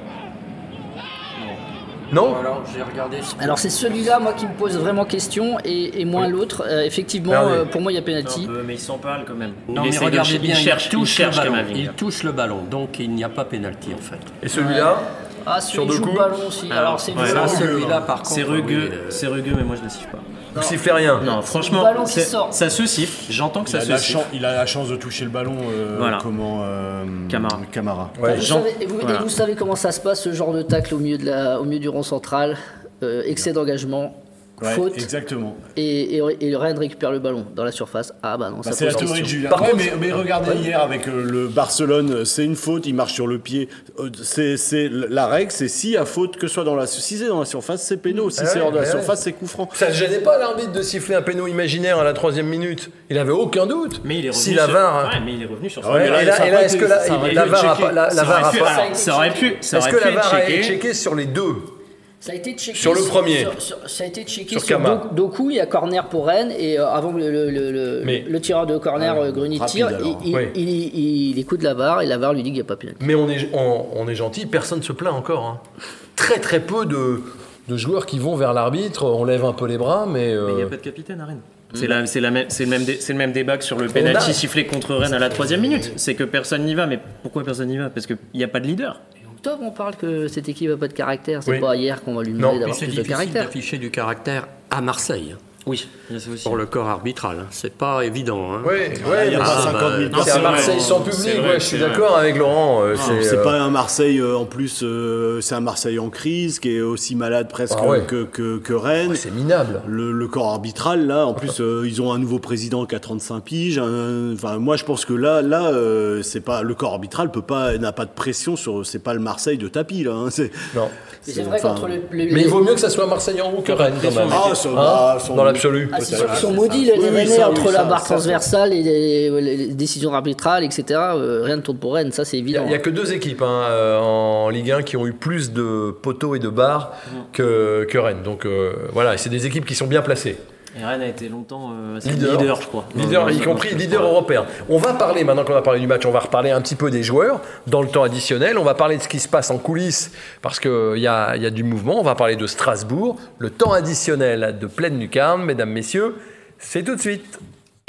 Non, non alors, j'ai regardé. Alors, c'est celui-là, moi, qui me pose vraiment question, et, et moins oui. l'autre. Euh, effectivement, euh, pour moi, il y a pénalty. Mais il s'en parle quand même. Non, il mais regardez bien, il cherche, il cherche le ballon. Il touche le ballon, donc il n'y a pas pénalty, en fait. Et celui-là Ah, celui qui joue le ballon aussi. Alors, Alors c'est ouais, là, celui-là, par contre. C'est rugueux, oui, c'est rugueux, mais moi, je ne le siffle pas. Vous sifflez rien. Non, franchement, ça se siffle. J'entends que il ça se siffle. Il a la chance de toucher le ballon. Euh, voilà. Comment euh, Camara. Camara. Ouais. Vous, savez, et, vous, voilà. et vous savez comment ça se passe, ce genre de tacle au milieu, de la, au milieu du rond central, euh, excès d'engagement. Ouais, faute. Exactement. Et, et, et le Rennes récupère le ballon dans la surface. Ah bah non, bah ça c'est la théorie de Julien. Ouais, mais, mais regardez ouais. hier avec euh, le Barcelone, c'est une faute, il marche sur le pied. Euh, c'est, c'est la règle, c'est si à faute que ce soit dans la si c'est dans la surface, c'est péno. Si ah c'est ouais, hors de la ouais. surface, c'est coup franc. Ça ne gênait pas l'arbitre de siffler un péno imaginaire à la troisième minute. Il avait aucun doute. Mais il est revenu. Si la V A R. Ouais, mais il est revenu sur. Ouais, et là, et là, et là est-ce que la, la V A R a pas la V A R a pas ça aurait pu. Est-ce que la V A R a été checkée sur les deux? Ça a été checké sur le premier. Sur, sur, ça a été checké sur, sur Doku, il y a corner pour Rennes et euh, avant le, le, le, le, Mais, le tireur de corner euh, Grenier tire, il, oui. il, il, il, il écoute la V A R et la V A R lui dit qu'il n'y a pas pénalité. Mais on est, on, on est gentil, personne ne se plaint encore. Hein. Très très peu de, de joueurs qui vont vers l'arbitre, on lève un peu les bras, mais... Euh... Mais il n'y a pas de capitaine à Rennes. C'est, la, c'est, la même, c'est, le même dé, c'est le même débat que sur le pénalty sifflé contre Rennes à la troisième minute. C'est que personne n'y va. Mais pourquoi personne n'y va ? Parce qu'il n'y a pas de leader. En octobre, on parle que cette équipe n'a pas de caractère. C'est oui. pas hier qu'on va lui demander non, d'avoir plus de caractère. C'est difficile d'afficher du caractère à Marseille. Oui, c'est aussi. Pour le corps arbitral, c'est pas évident. Hein. Oui, ouais, il y a pas cinquante mille personnes. C'est à Marseille sans public, vrai, ouais, je suis d'accord vrai. avec Laurent. Euh, Non, c'est c'est euh... pas un Marseille, euh, en plus, euh, c'est un Marseille en crise, qui est aussi malade presque ah ouais. que, que, que Rennes. Ouais, c'est minable. Le, le corps arbitral, là, en plus, euh, ils ont un nouveau président qui a trente-cinq piges. Enfin, moi, je pense que là, là euh, c'est pas, le corps arbitral peut pas, n'a pas de pression sur. C'est pas le Marseille de tapis, là. Hein, c'est, non. C'est, c'est vrai qu'entre les, les, Mais il vaut mieux que ça soit Marseille en haut que Rennes, quand même. Ah, sur, hein bah, sur, dans l'absolu. Ah, ils sont maudits les oui, Rennais oui, ça, entre oui, la ça, barre ça, transversale et les, les décisions arbitrales, et cetera. Euh, rien ne tourne pour Rennes, ça c'est évident. Il n'y a, a que deux équipes hein, euh, en Ligue un qui ont eu plus de poteaux et de barres que, que Rennes. Donc euh, voilà, et c'est des équipes qui sont bien placées. Et Rennes a été longtemps euh, leader. leader, je crois. Leader, non, y non, compris non, leader européen. On va parler, maintenant qu'on a parlé du match, on va reparler un petit peu des joueurs dans le temps additionnel. On va parler de ce qui se passe en coulisses parce qu'il y a, y a du mouvement. On va parler de Strasbourg, le temps additionnel de Plaine Lucarne. Mesdames, messieurs, c'est tout de suite.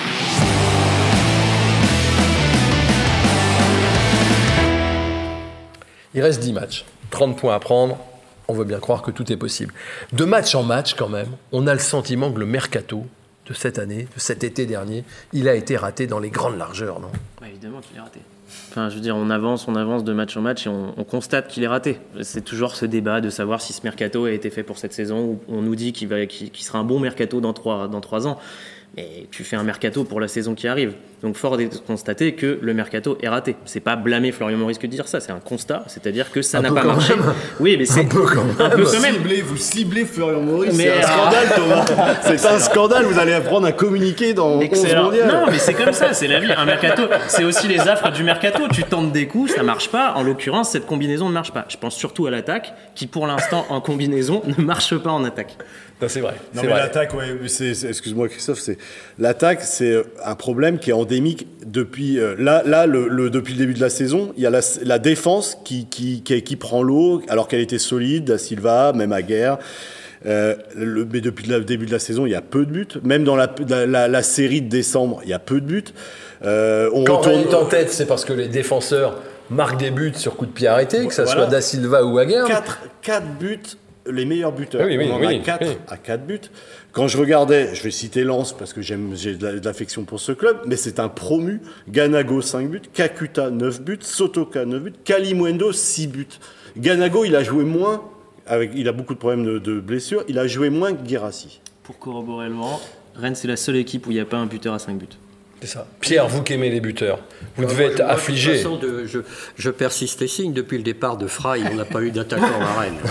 Il reste dix matchs, trente points à prendre. On veut bien croire que tout est possible. De match en match, quand même, on a le sentiment que le mercato de cette année, de cet été dernier, il a été raté dans les grandes largeurs, non ? Bah, évidemment qu'il est raté. Enfin, je veux dire, on avance, on avance de match en match et on, on constate qu'il est raté. C'est toujours ce débat de savoir si ce mercato a été fait pour cette saison ou on nous dit qu'il, va, qu'il, qu'il sera un bon mercato dans trois, dans trois ans. Mais tu fais un mercato pour la saison qui arrive. Donc, fort est de constater que le mercato est raté. C'est pas blâmer Florian Maurice que de dire ça, c'est un constat. C'est-à-dire que ça un n'a pas marché. Même. Oui, mais c'est un peu quand même. Un peu quand même. Ciblez, vous ciblez Florian Maurice, Mais c'est un scandale, Thomas. C'est un scandale, vous allez apprendre à communiquer dans onze mondiales. Non, mais c'est comme ça, c'est la vie. Un mercato, c'est aussi les affres du mercato. Tu tentes des coups, ça marche pas. En l'occurrence, cette combinaison ne marche pas. Je pense surtout à l'attaque, qui pour l'instant, en combinaison, ne marche pas en attaque. Non, c'est vrai. Non, c'est mais vrai. l'attaque, ouais, c'est, c'est, excuse-moi Christophe, c'est l'attaque, c'est un problème qui est endémique depuis euh, là, là, le, le, depuis le début de la saison. Il y a la, la défense qui, qui, qui, qui prend l'eau, alors qu'elle était solide, Da Silva, même Aguerre. Euh, le, mais depuis le début de la saison, il y a peu de buts. Même dans la, la, la, la série de décembre, il y a peu de buts. Euh, on Quand retourne... on est en tête, c'est parce que les défenseurs marquent des buts sur coup de pied arrêté, que ça voilà. soit Da Silva ou Aguerre. quatre buts. Les meilleurs buteurs, oui, oui, on en oui, a quatre oui. à quatre buts. Quand je regardais, je vais citer Lens parce que j'aime, j'ai de l'affection pour ce club, mais c'est un promu. Ganago, cinq buts. Kakuta, neuf buts. Sotoka, neuf buts. Kalimuendo, six buts. Ganago, il a joué moins, avec, il a beaucoup de problèmes de, de blessures, il a joué moins que Guirassy. Pour corroborer Laurent, Rennes, c'est la seule équipe où il n'y a pas un buteur à cinq buts. C'est ça. Pierre, vous qui aimez les buteurs, vous Alors devez moi, être je, moi, affligé. De toute façon, de, je, je persiste et signe. Depuis le départ de Fry, on n'a pas eu d'attaquant à Rennes.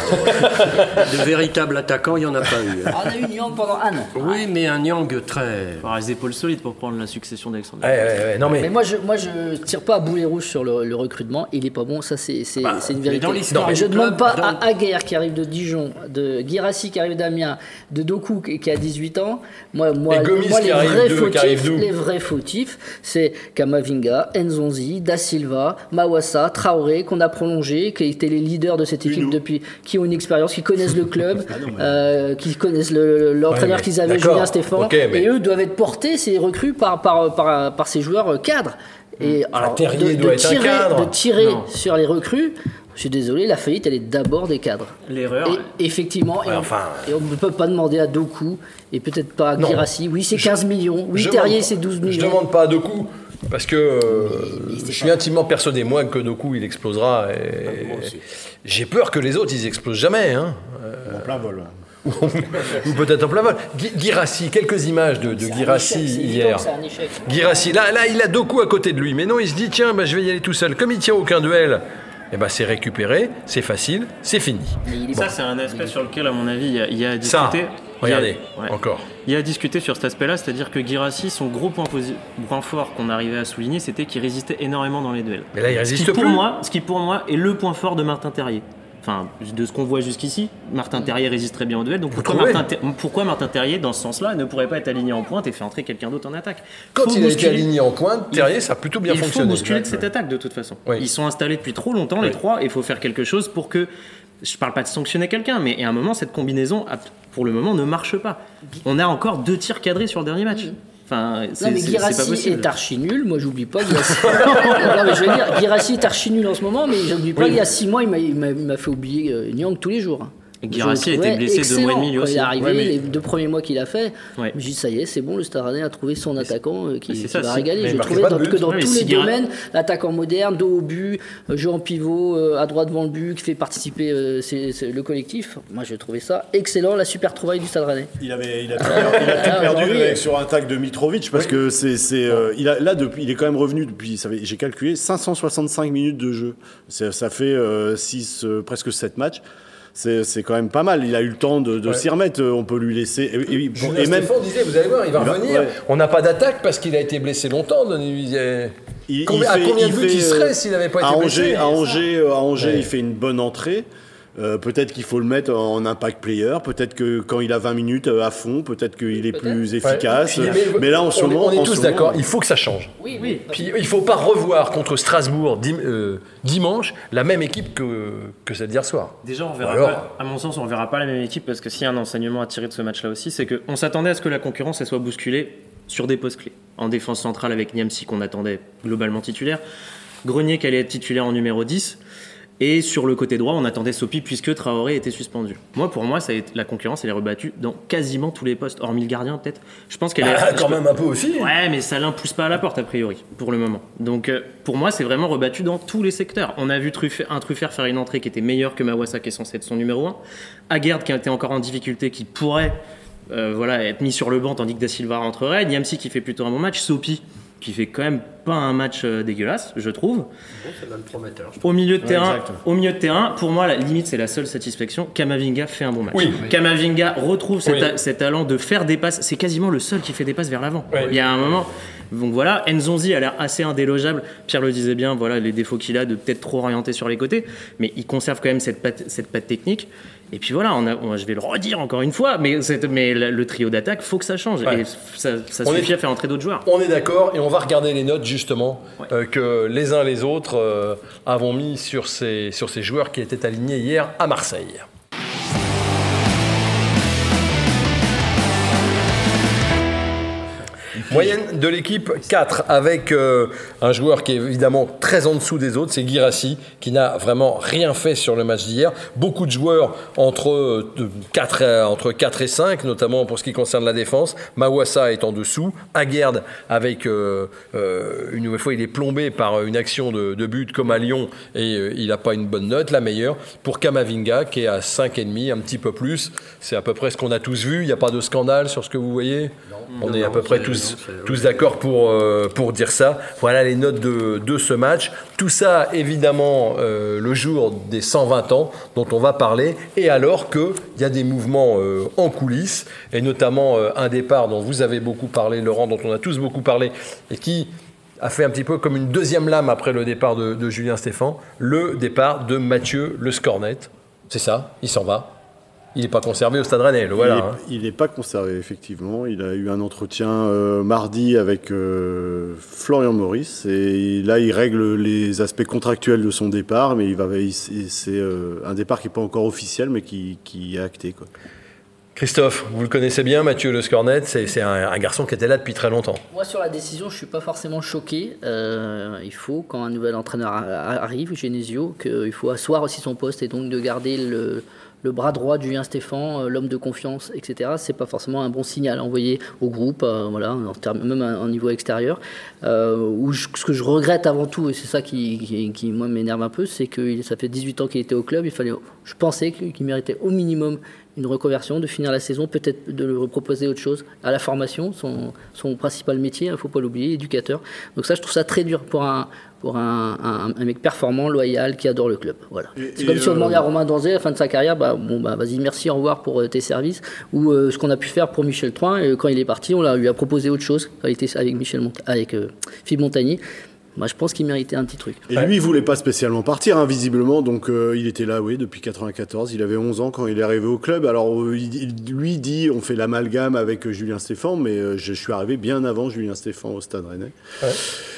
De véritables attaquants, il n'y en a pas eu. On a eu Nyang pendant Anne. Oui, mais un Nyang très... Il faut avoir les épaules solides pour prendre la succession d'Alexandre. Ouais, ouais, ouais. Non, mais... mais moi, je moi, je tire pas à boulet rouge sur le, le recrutement. Il est pas bon, ça, c'est, c'est, bah, c'est une vérité. Dans l'histoire non, mais je ne demande pas dans... à Aguerre qui arrive de Dijon, de Guirassy qui arrive d'Amiens, de Doku qui a dix-huit ans. Moi, moi, moi les, vrais fautifs, les vrais fautifs, c'est Kamavinga, Nzonzi, Da Silva, Mawassa, Traoré, qu'on a prolongé, qui étaient les leaders de cette équipe depuis, qui ont une expérience, qui connaissent le club, ah non, mais... euh, qui connaissent le, l'entraîneur ouais, qu'ils avaient, Julien Stéphan, okay, mais... et eux doivent être portés, ces recrues, par, par, par, par ces joueurs cadres. Et mmh. alors, Terrier de, doit de être tirer, un cadre. de tirer sur les recrues, je suis désolé, la faillite, elle est d'abord des cadres. L'erreur. Et, effectivement, ouais, et, enfin... on, et on ne peut pas demander à Doku, et peut-être pas à Guirassy. Oui, c'est quinze je, millions. Oui, Terrier, c'est douze millions. Je ne demande pas à Doku. Parce que euh, je suis intimement persuadé, moi, que Doku, il explosera. Et... J'ai peur que les autres, ils explosent jamais. Hein. En plein vol. Ou peut-être en plein vol. Guirassy, quelques images de, de Guirassy hier. Guirassy, là, là, il a Doku à côté de lui. Mais non, il se dit, tiens, bah, je vais y aller tout seul. Comme il tient aucun duel, eh ben, c'est récupéré, c'est facile, c'est fini. Ça, bon. C'est un aspect sur lequel, à mon avis, il y a, il y a à discuter. Ça, regardez, il y a, ouais. encore. Il y a à discuter sur cet aspect-là, c'est-à-dire que Guirassy, son gros point, posi- point fort qu'on arrivait à souligner, c'était qu'il résistait énormément dans les duels. Mais là, il résiste ce qui, plus. Pour moi, ce qui, pour moi, est le point fort de Martin Terrier. Enfin, de ce qu'on voit jusqu'ici, Martin Terrier résiste très bien au duel. Donc pourquoi Martin, Ter- pourquoi Martin Terrier, dans ce sens-là, ne pourrait pas être aligné en pointe et faire entrer quelqu'un d'autre en attaque ? Quand faut il a bousculer... été aligné en pointe, Terrier, il... ça a plutôt bien il fonctionné. Il faut bousculer de cette attaque, de toute façon. Oui. Ils sont installés depuis trop longtemps, les oui. trois, et il faut faire quelque chose pour que je parle pas de sanctionner quelqu'un, mais à un moment, cette combinaison, pour le moment, ne marche pas. On a encore deux tirs cadrés sur le dernier match. Mmh. Enfin, c'est, non mais c'est, Guirassy c'est pas possible. est archi nul, moi j'oublie pas Guirassy. Non mais je veux dire, Guirassy est archi nul en ce moment, mais j'oublie pas, oui. Il y a six mois il m'a, il m'a, il m'a fait oublier euh, Nyang tous les jours. Guirassy a été blessé deux mois et demi lui aussi. Quand il est arrivé, ouais, mais... les deux premiers mois qu'il a fait, ouais. je me dis ça y est, c'est bon, le Stade Rennais a trouvé son attaquant euh, qui, qui ça, va c'est... régaler. Je trouvais dans, que dans ouais, tous les Guira... domaines, l'attaquant moderne, dos au but, jeu en pivot, euh, à droite devant le but, qui fait participer euh, c'est, c'est le collectif. Moi j'ai trouvé ça excellent, la super trouvaille du Stade Rennais. Il avait, il a tout, perdu, il a tout perdu avec, sur un tag de Mitrovic parce oui. que c'est, c'est, euh, il a, là depuis, il est quand même revenu depuis, ça fait, j'ai calculé, cinq cent soixante-cinq minutes de jeu. Ça, ça fait euh, six, euh, presque sept matchs. C'est, c'est quand même pas mal. Il a eu le temps de, de ouais. s'y remettre. On peut lui laisser. Et, et, bon, et même. Stéphane disait, vous allez voir, il va il revenir. Ouais. On n'a pas d'attaque parce qu'il a été blessé longtemps. Il, il, combien, il fait, à combien de buts il serait s'il n'avait pas été Angers, blessé À Angers, à Angers, ouais. il fait une bonne entrée. Euh, peut-être qu'il faut le mettre en impact player, peut-être que quand il a vingt minutes à fond, peut-être qu'il est peut-être. plus efficace. Ouais. Puis, mais, mais là, en ce on moment, on est tous d'accord, moment, il faut que ça change. Oui, oui. Puis il ne faut pas revoir contre Strasbourg dim, euh, dimanche la même équipe que, que celle d'hier soir. Déjà, on verra Alors, pas, à mon sens, on ne verra pas la même équipe parce que s'il y a un enseignement à tirer de ce match-là aussi, c'est qu'on s'attendait à ce que la concurrence elle soit bousculée sur des postes clés. En défense centrale avec Niamsi qu'on attendait globalement titulaire, Grenier qui allait être titulaire en numéro dix. Et sur le côté droit, on attendait Sopi puisque Traoré était suspendu. Moi, pour moi, ça a été, la concurrence, elle est rebattue dans quasiment tous les postes, hormis le gardien peut-être. Je pense qu'elle ah, est quand même un peu aussi. Ouais, mais ça l'impousse pas à la porte a priori pour le moment. Donc, euh, pour moi, c'est vraiment rebattu dans tous les secteurs. On a vu Truff- un Truffert faire une entrée qui était meilleure que Mawassa, qui est censé être son numéro un. Aguerd qui était encore en difficulté, qui pourrait, euh, voilà, être mis sur le banc tandis que Da Silva rentrerait. Niamsi qui fait plutôt un bon match. Sopi qui fait quand même pas un match euh, dégueulasse, je trouve. Bon, c'est même prometteur. Au milieu de ouais, terrain, au milieu de terrain, pour moi, la limite, c'est la seule satisfaction. Kamavinga fait un bon match. Oui. Kamavinga retrouve cet, oui. ta- cet talent de faire des passes. C'est quasiment le seul qui fait des passes vers l'avant. Oui. Il y a un moment. Donc voilà, Nzonzi a l'air assez indélogeable. Pierre le disait bien, voilà les défauts qu'il a de peut-être trop orienter sur les côtés, mais il conserve quand même cette patte, cette patte technique. Et puis voilà, on a, on, je vais le redire encore une fois, mais, cette, mais le, le trio d'attaque, faut que ça change. Ouais. Et ça, ça suffit est, à faire entrer d'autres joueurs. On est d'accord, et on va regarder les notes justement ouais. euh, que les uns les autres euh, avons mis sur ces, sur ces joueurs qui étaient alignés hier à Marseille. Moyenne de l'équipe quatre, avec euh, un joueur qui est évidemment très en dessous des autres, c'est Guirassy, qui n'a vraiment rien fait sur le match d'hier. Beaucoup de joueurs entre, euh, quatre, euh, entre quatre et cinq, notamment pour ce qui concerne la défense. Mawassa est en dessous. Aguerd, avec euh, euh, une nouvelle fois, il est plombé par une action de, de but comme à Lyon, et euh, il n'a pas une bonne note. La meilleure pour Kamavinga, qui est à cinq virgule cinq, un petit peu plus. C'est à peu près ce qu'on a tous vu. Il n'y a pas de scandale sur ce que vous voyez ? Non. On est à peu près tous, tous d'accord pour, euh, pour dire ça. Voilà les notes de, de ce match. Tout ça, évidemment, euh, le jour des cent vingt ans dont on va parler, et alors qu'il y a des mouvements euh, en coulisses, et notamment euh, un départ dont vous avez beaucoup parlé, Laurent, dont on a tous beaucoup parlé, et qui a fait un petit peu comme une deuxième lame après le départ de, de Julien Stéphan, le départ de Mathieu Le Scornet. C'est ça, il s'en va. Il n'est pas conservé au Stade Rennais, le voilà. Il n'est hein. pas conservé, effectivement. Il a eu un entretien euh, mardi avec euh, Florian Maurice, et là, il règle les aspects contractuels de son départ, mais il va, il, c'est euh, un départ qui n'est pas encore officiel, mais qui, qui est acté, quoi. Christophe, vous le connaissez bien, Mathieu Le Scornet, c'est, c'est un, un garçon qui était là depuis très longtemps. Moi, sur la décision, je ne suis pas forcément choqué. Euh, il faut, quand un nouvel entraîneur arrive, Genesio, qu'il faut asseoir aussi son poste et donc de garder le... le bras droit de Julien Stéphan, l'homme de confiance, et cetera. C'est pas forcément un bon signal envoyé au groupe, euh, voilà, en termes, même à un niveau extérieur. Euh, où je, ce que je regrette avant tout, et c'est ça qui, qui, qui moi m'énerve un peu, c'est que ça fait dix-huit ans qu'il était au club. Il fallait, je pensais qu'il méritait au minimum une reconversion, de finir la saison, peut-être de lui proposer autre chose à la formation, son, son principal métier, il ne faut pas l'oublier, éducateur. Donc ça, je trouve ça très dur pour un, pour un, un, un mec performant, loyal, qui adore le club. Voilà. Et, c'est et comme euh... si on demandait à Romain Danzé, à la fin de sa carrière, bah, bon, bah, vas-y, merci, au revoir pour euh, tes services, ou euh, ce qu'on a pu faire pour Michel Troin. Et quand il est parti, on l'a, lui a proposé autre chose, quand il était avec, Michel Mont- avec euh, Philippe Montagny. Moi, je pense qu'il méritait un petit truc. Et lui, il voulait pas spécialement partir, hein, visiblement. Donc, euh, il était là, oui, depuis quatre-vingt-quatorze. Il avait onze ans quand il est arrivé au club. Alors, euh, il, lui dit, on fait l'amalgame avec euh, Julien Stéphan, mais euh, je suis arrivé bien avant Julien Stéphan au Stade Rennais. Ouais.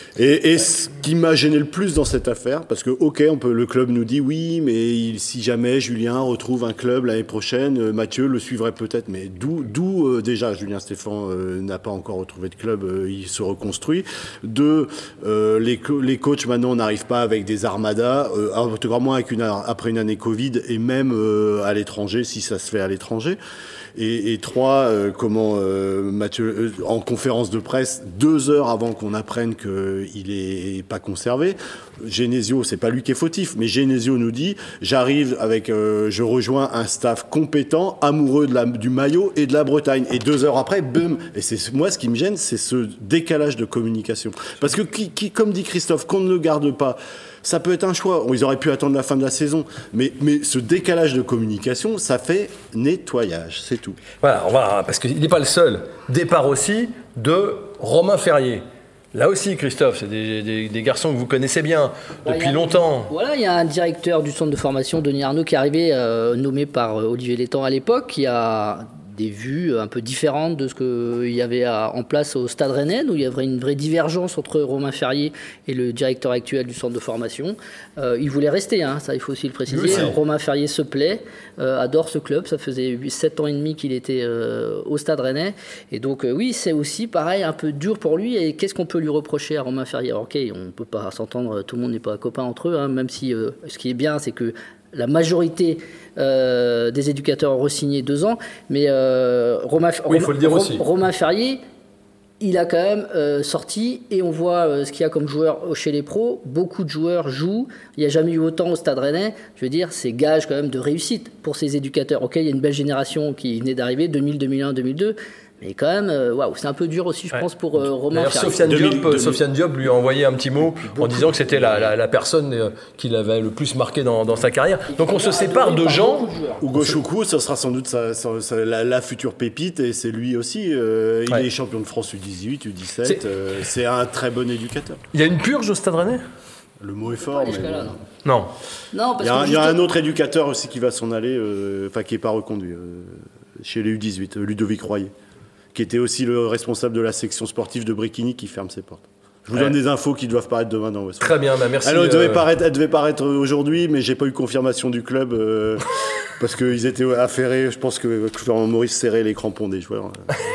Et, et ce qui m'a gêné le plus dans cette affaire, parce que ok, on peut, le club nous dit oui, mais il, si jamais Julien retrouve un club l'année prochaine, euh, Mathieu le suivrait peut-être. Mais d'où, d'où euh, déjà Julien Stéphan euh, n'a pas encore retrouvé de club, euh, il se reconstruit. Deux, euh, les, les coachs maintenant n'arrivent pas avec des armadas, euh, encore moins avec une, après une année Covid et même euh, à l'étranger si ça se fait à l'étranger. Et, et trois, euh, comment euh, Mathieu, euh, en conférence de presse, deux heures avant qu'on apprenne qu'il est pas conservé, Genesio, c'est pas lui qui est fautif, mais Genesio nous dit, j'arrive avec, euh, je rejoins un staff compétent, amoureux de la, du maillot et de la Bretagne. Et deux heures après, boum. Et c'est moi ce qui me gêne, c'est ce décalage de communication. Parce que qui, qui, comme dit Christophe, qu'on ne le garde pas. Ça peut être un choix. Ils auraient pu attendre la fin de la saison. Mais, mais ce décalage de communication, ça fait nettoyage. C'est tout. Voilà, on va, parce qu'il n'est pas le seul. Départ aussi de Romain Ferrier. Là aussi, Christophe, c'est des, des, des garçons que vous connaissez bien depuis bah, longtemps. Voilà, il y a un directeur du centre de formation, Denis Arnaud, qui est arrivé, euh, nommé par Olivier Létang à l'époque, qui a des vues un peu différentes de ce qu'il y avait à, en place au Stade Rennais, où il y avait une vraie divergence entre Romain Ferrier et le directeur actuel du centre de formation. Euh, il voulait rester, hein, ça il faut aussi le préciser. Oui, Romain Ferrier se plaît, euh, adore ce club. Ça faisait sept ans et demi qu'il était euh, au Stade Rennais. Et donc euh, oui, c'est aussi pareil, un peu dur pour lui. Et qu'est-ce qu'on peut lui reprocher à Romain Ferrier? Alors, ok, on ne peut pas s'entendre, tout le monde n'est pas copain entre eux, hein, même si euh, ce qui est bien, c'est que la majorité euh, des éducateurs ont re-signé deux ans, mais euh, Romain, oui, il faut le dire aussi. Romain Ferrier, il a quand même euh, sorti, et on voit euh, ce qu'il y a comme joueurs chez les pros. Beaucoup de joueurs jouent, il n'y a jamais eu autant au Stade Rennais. Je veux dire, c'est gage quand même de réussite pour ces éducateurs. Ok, il y a une belle génération qui venait d'arriver, deux mille, deux mille un, deux mille deux. Mais quand même, euh, waouh, c'est un peu dur aussi, je ouais. pense, pour euh, Romain Ferrier. Sofiane Diop, Sofiane Diop lui a envoyé un petit mot en disant que c'était la, la, la personne euh, qui l'avait le plus marqué dans, dans sa carrière. Donc on se sépare de gens. Hugo Choukou, ça sera sans doute sa, sa, sa, la, la future pépite, et c'est lui aussi. Euh, il ouais. est champion de France U dix-huit, U dix-sept. C'est... Euh, c'est un très bon éducateur. Il y a une purge au Stade Rennais ? Le mot est fort, mais là, non. non. non parce il y a, que il y a un autre éducateur aussi qui va s'en aller, enfin euh, qui n'est pas reconduit, euh, chez les U dix-huit, Ludovic Royer, qui était aussi le responsable de la section sportive de Bréquigny, qui ferme ses portes. Je vous ouais. donne des infos qui doivent paraître demain dans West. Très bien, bah merci. Alors, elle, devait euh... paraître, elle devait paraître aujourd'hui, mais j'ai pas eu confirmation du club euh, parce qu'ils étaient affairés. Je pense que Florent Maurice serrait les crampons des joueurs.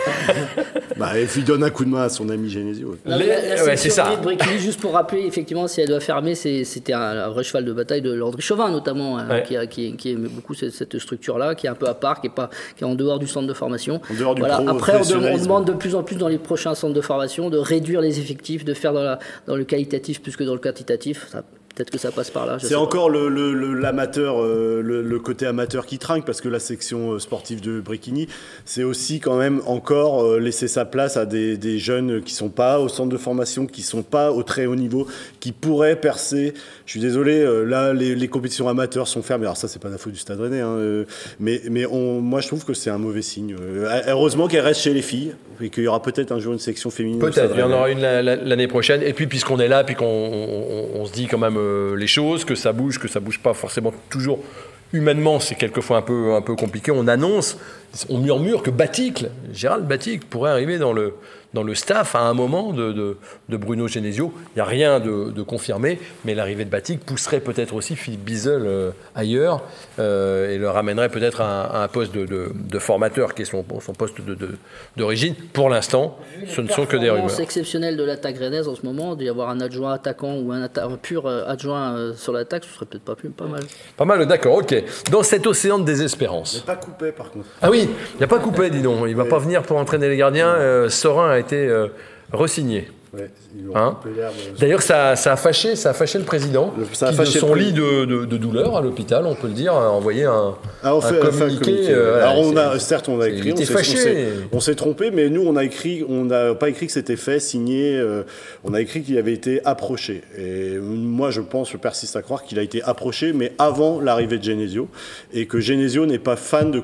Bah, et puis il donne un coup de main à son ami Genesio. La, la, la ouais, c'est ça. De Bréquigny, juste pour rappeler, effectivement, si elle doit fermer, c'est, c'était un, un vrai cheval de bataille de Landry Chauvin, notamment, hein, ouais. qui, a, qui, qui aime beaucoup cette, cette structure-là, qui est un peu à part, qui est, pas, qui est en dehors du centre de formation. En dehors du voilà. pro, Après, on, on demande de plus en plus dans les prochains centres de formation de réduire les effectifs, de faire dans, la, dans le qualitatif plus que dans le quantitatif. Ça, peut-être que ça passe par là. C'est encore le, le, le, l'amateur, euh, le, le côté amateur qui trinque, parce que la section sportive de Bréquigny, c'est aussi quand même encore euh, laisser sa place à des, des jeunes qui ne sont pas au centre de formation, qui ne sont pas au très haut niveau, qui pourraient percer. Je suis désolé, euh, là, les, les compétitions amateurs sont fermées. Alors ça, c'est pas la faute du Stade Rennais, hein, euh, mais, mais on, moi, je trouve que c'est un mauvais signe. Euh, heureusement qu'elle reste chez les filles, et qu'il y aura peut-être un jour une section féminine. Peut-être, il y en aura une la, la, l'année prochaine. Et puis, puisqu'on est là, puis qu'on on, on se dit quand même euh, les choses, que ça bouge, que ça bouge pas forcément toujours humainement, c'est quelquefois un peu, un peu compliqué. On annonce, on murmure que Baticle, Gérald Baticle, pourrait arriver dans le, dans le staff à un moment de, de, de Bruno Genesio. Il n'y a rien de, de confirmé, mais l'arrivée de Baticle pousserait peut-être aussi Philippe Bizel euh, ailleurs euh, et le ramènerait peut-être à un, à un poste de, de, de formateur qui est son, son poste de, de, d'origine. Pour l'instant, ce ne sont que des rumeurs. C'est exceptionnel de l'attaque rennaise en ce moment, d'y avoir un adjoint attaquant ou un, atta- un pur adjoint euh, sur l'attaque, ce serait peut-être pas, plus, pas mal. Pas mal, d'accord, ok. Dans cet océan de désespérance. Il n'est pas coupé par contre. Ah oui, il n'y a pas coupé, dis donc. Il ne va pas venir pour entraîner les gardiens. Euh, Sorin a été euh, re-signé. Ouais, hein D'ailleurs, ça, ça, a fâché, ça a fâché le président, ça a qui fâché de son lit de, de, de douleur à l'hôpital, on peut le dire, a envoyé un, ah, on fait, un communiqué. communiqué. Euh, Alors, on a, certes, on a écrit, on s'est, fâché. On, s'est, on s'est trompé, mais nous, on a écrit, on n'a pas écrit que c'était fait, signé, euh, on a écrit qu'il avait été approché. Et moi, je pense, je persiste à croire qu'il a été approché, mais avant l'arrivée de Genesio, et que Genesio n'est pas fan de couper.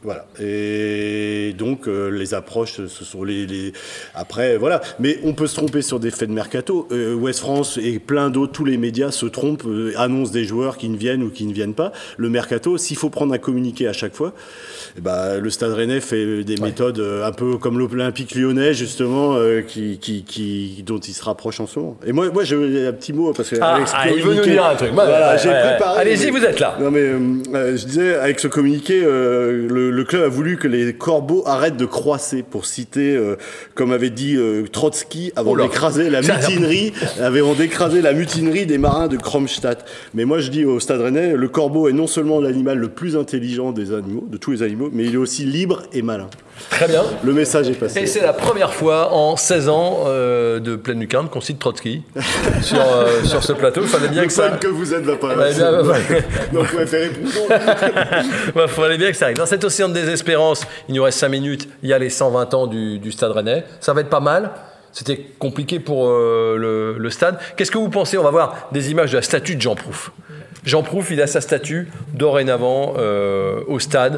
Voilà. Et donc, euh, les approches, ce sont les, les... Après, voilà. Mais on peut se tromper sur des faits de mercato. Euh, Ouest France et plein d'autres, tous les médias se trompent, euh, annoncent des joueurs qui ne viennent ou qui ne viennent pas. Le mercato, s'il faut prendre un communiqué à chaque fois, eh ben, le Stade Rennais fait des ouais. méthodes euh, un peu comme l'Olympique Lyonnais, justement, euh, qui, qui, qui, dont il se rapproche en ce moment. Et moi, moi j'ai un petit mot, parce que ah, avec ah, il veut nous dire un truc. Bah, voilà, ouais, j'ai ouais, préparé. Allez-y, mais, vous êtes là. Non, mais euh, je disais, avec ce communiqué, euh, le le club a voulu que les corbeaux arrêtent de croisser, pour citer, euh, comme avait dit euh, Trotsky, avant d'écraser la mutinerie, avant d'écraser la mutinerie des marins de Kronstadt. Mais moi, je dis au Stade Rennais, le corbeau est non seulement l'animal le plus intelligent des animaux, de tous les animaux, mais il est aussi libre et malin. Très bien. Le message est passé. Et c'est la première fois en seize ans euh, de Pleine Lucarne qu'on cite Trotsky sur, euh, sur ce plateau. Il fallait bien le que ça. Le que vous êtes va pas. Ouais, bien, bah, donc vous faire Il bah, fallait bien que ça arrive. Dans cet océan de désespérance, il nous reste cinq minutes. Il y a les cent vingt ans du, du Stade Rennais. Ça va être pas mal. C'était compliqué pour euh, le, le stade. Qu'est-ce que vous pensez ? On va voir des images de la statue de Jean Prouff. Jean Prouff, il a sa statue dorénavant euh, au stade.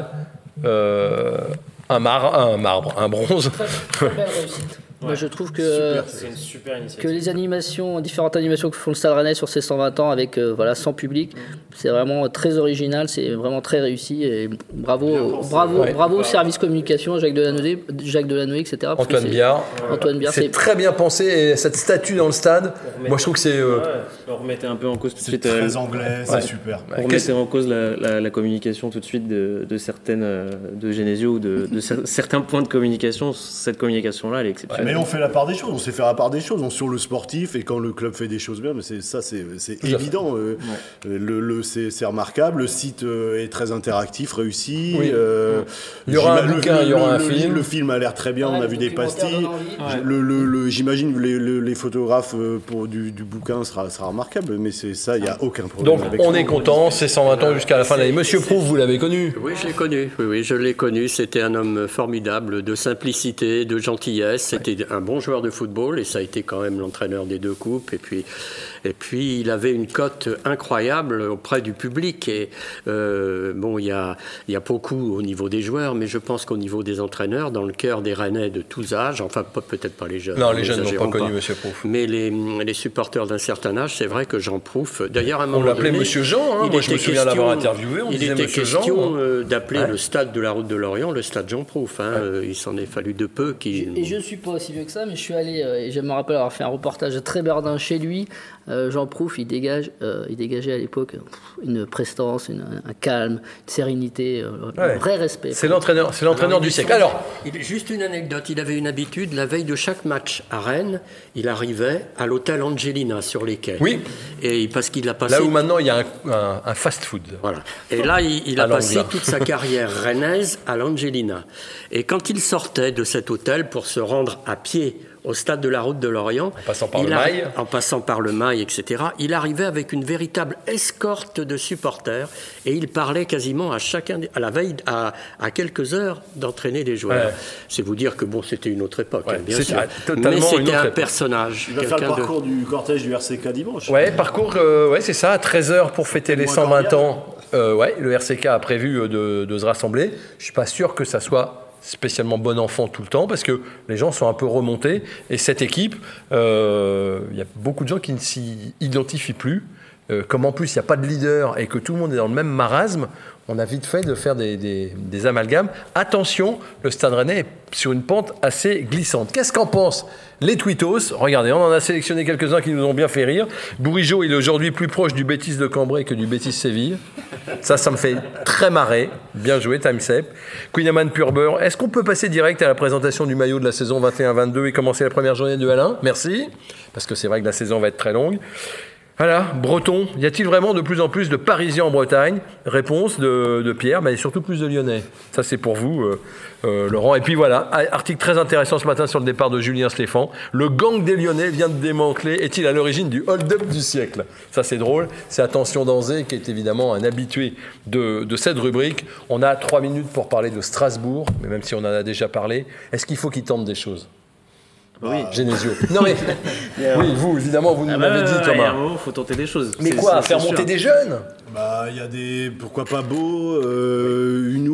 Euh, Un, mar- un marbre, un bronze. Très, très belle réussite. Ouais. Moi, je trouve que, super, c'est une super initiative. Que les animations, différentes animations que font le Stade Rennais sur ces cent vingt ans avec euh, voilà, sans public, mmh. c'est vraiment très original, c'est vraiment très réussi. Et bravo, bravo, ouais. bravo, ouais. service communication, Jacques Delanoë, Jacques Delanoë, et cetera. Antoine Biard. Antoine Biard, c'est, c'est très bien pensé. Et cette statue dans le stade, remet... moi je trouve que c'est. Euh... Ouais, on remettait un peu en cause tout de c'est suite. Très euh... anglais, ouais. c'est super. On remettait en cause la, la, la communication tout de suite de, de certaines, de Genesio ou de, de certains points de communication. Cette communication-là, elle est exceptionnelle. Ouais, mais on fait la part des choses. On sait faire la part des choses. On sur le sportif et quand le club fait des choses bien, mais c'est ça, c'est, c'est évident. Euh, ouais. le, le, c'est, c'est remarquable. Le site euh, est très interactif, réussi. Oui. Euh, il y aura un bouquin, il y aura un le, film. Le film a l'air très bien. Ouais, on a vu des pastilles. Ouais. Le, le, le, j'imagine les, le, les photographes pour du, du bouquin sera, sera remarquable, mais c'est ça, il n'y a aucun problème. Donc avec on ça. Est content. C'est cent vingt ans jusqu'à la fin de l'année. Monsieur Prouff, vous l'avez connu ? Oui, je l'ai connu. Oui, oui, je l'ai connu. C'était un homme formidable, de simplicité, de gentillesse. C'était un bon joueur de football et ça a été quand même l'entraîneur des deux coupes et puis, et puis il avait une cote incroyable auprès du public et euh, bon il y a, il y a beaucoup au niveau des joueurs mais je pense qu'au niveau des entraîneurs dans le cœur des Rennais de tous âges, enfin peut-être pas les jeunes, non les jeunes n'ont pas connu Monsieur Prouff, mais les, les supporters d'un certain âge, c'est vrai que Jean Prouff, d'ailleurs à un moment on l'appelait donné, Monsieur Jean, hein, moi je me souviens l'avoir interviewé, on il disait était Monsieur question Jean, euh, d'appeler ouais. le stade de la route de Lorient le stade Jean Prouff, hein, ouais. euh, il s'en est fallu de peu qu'il... Et je ne suis pas aussi vieux que ça, mais je suis allé, euh, et je me rappelle avoir fait un reportage très bardin chez lui. Euh, Jean Prouff, il, dégage, euh, il dégageait à l'époque une prestance, une, un calme, une sérénité, euh, ouais. un vrai respect. C'est l'entraîneur, c'est l'entraîneur Alors, du siècle. Alors, il, juste une anecdote, il avait une habitude, la veille de chaque match à Rennes, il arrivait à l'hôtel Angelina sur les quais. Oui. Et parce qu'il a passé... Là où maintenant il y a un, un, un fast-food. Voilà. Et là, il, il a passé toute sa carrière rennaise à l'Angelina. Et quand il sortait de cet hôtel pour se rendre à pied au stade de la route de Lorient, en passant par il le a, Mail, en passant par le Mail, et cetera, il arrivait avec une véritable escorte de supporters et il parlait quasiment à chacun, à la veille, à, à quelques heures d'entraîner les joueurs. Ouais. C'est vous dire que bon, c'était une autre époque, ouais, hein, bien c'est sûr. Mais c'était un époque. personnage. Il va faire le parcours de... du cortège du R C K dimanche. Ouais, parcours, euh, ouais, c'est ça, à treize heures pour fêter les cent vingt ans. Euh, ouais, le R C K a prévu de, de se rassembler. Je suis pas sûr que ça soit spécialement bon enfant tout le temps parce que les gens sont un peu remontés et cette équipe, il euh, y a beaucoup de gens qui ne s'y identifient plus. Euh, comme en plus il n'y a pas de leader et que tout le monde est dans le même marasme, on a vite fait de faire des, des, des amalgames. Attention, le Stade Rennais est sur une pente assez glissante. Qu'est-ce qu'en pensent les tweetos ? Regardez, on en a sélectionné quelques-uns qui nous ont bien fait rire. Bourigeaud, il est aujourd'hui plus proche du Betis de Cambrai que du Betis Séville. Ça, ça me fait très marrer. Bien joué, Timesep. Queen Amman Pure Beurre. Est-ce qu'on peut passer direct à la présentation du maillot de la saison vingt et un vingt-deux et commencer la première journée de L un ? Merci. Parce que c'est vrai que la saison va être très longue. Voilà, Breton, y a-t-il vraiment de plus en plus de Parisiens en Bretagne ? Réponse de, de Pierre, mais surtout plus de Lyonnais. Ça, c'est pour vous, euh, euh, Laurent. Et puis voilà, article très intéressant ce matin sur le départ de Julien Stéphan. Le gang des Lyonnais vient de démanteler. Est-il à l'origine du hold-up du siècle ? Ça, c'est drôle. C'est Attention Danzé, qui est évidemment un habitué de, de cette rubrique. On a trois minutes pour parler de Strasbourg, mais même si on en a déjà parlé, est-ce qu'il faut qu'il tente des choses ? Oui. Genesio. Non mais, oui, vous, évidemment, vous nous ah l'avez bah, dit, Thomas. Il faut tenter des choses. Mais c'est, quoi, c'est, faire c'est monter sûr. des jeunes ? Bah, il y a des, pourquoi pas Beau, euh, Unou,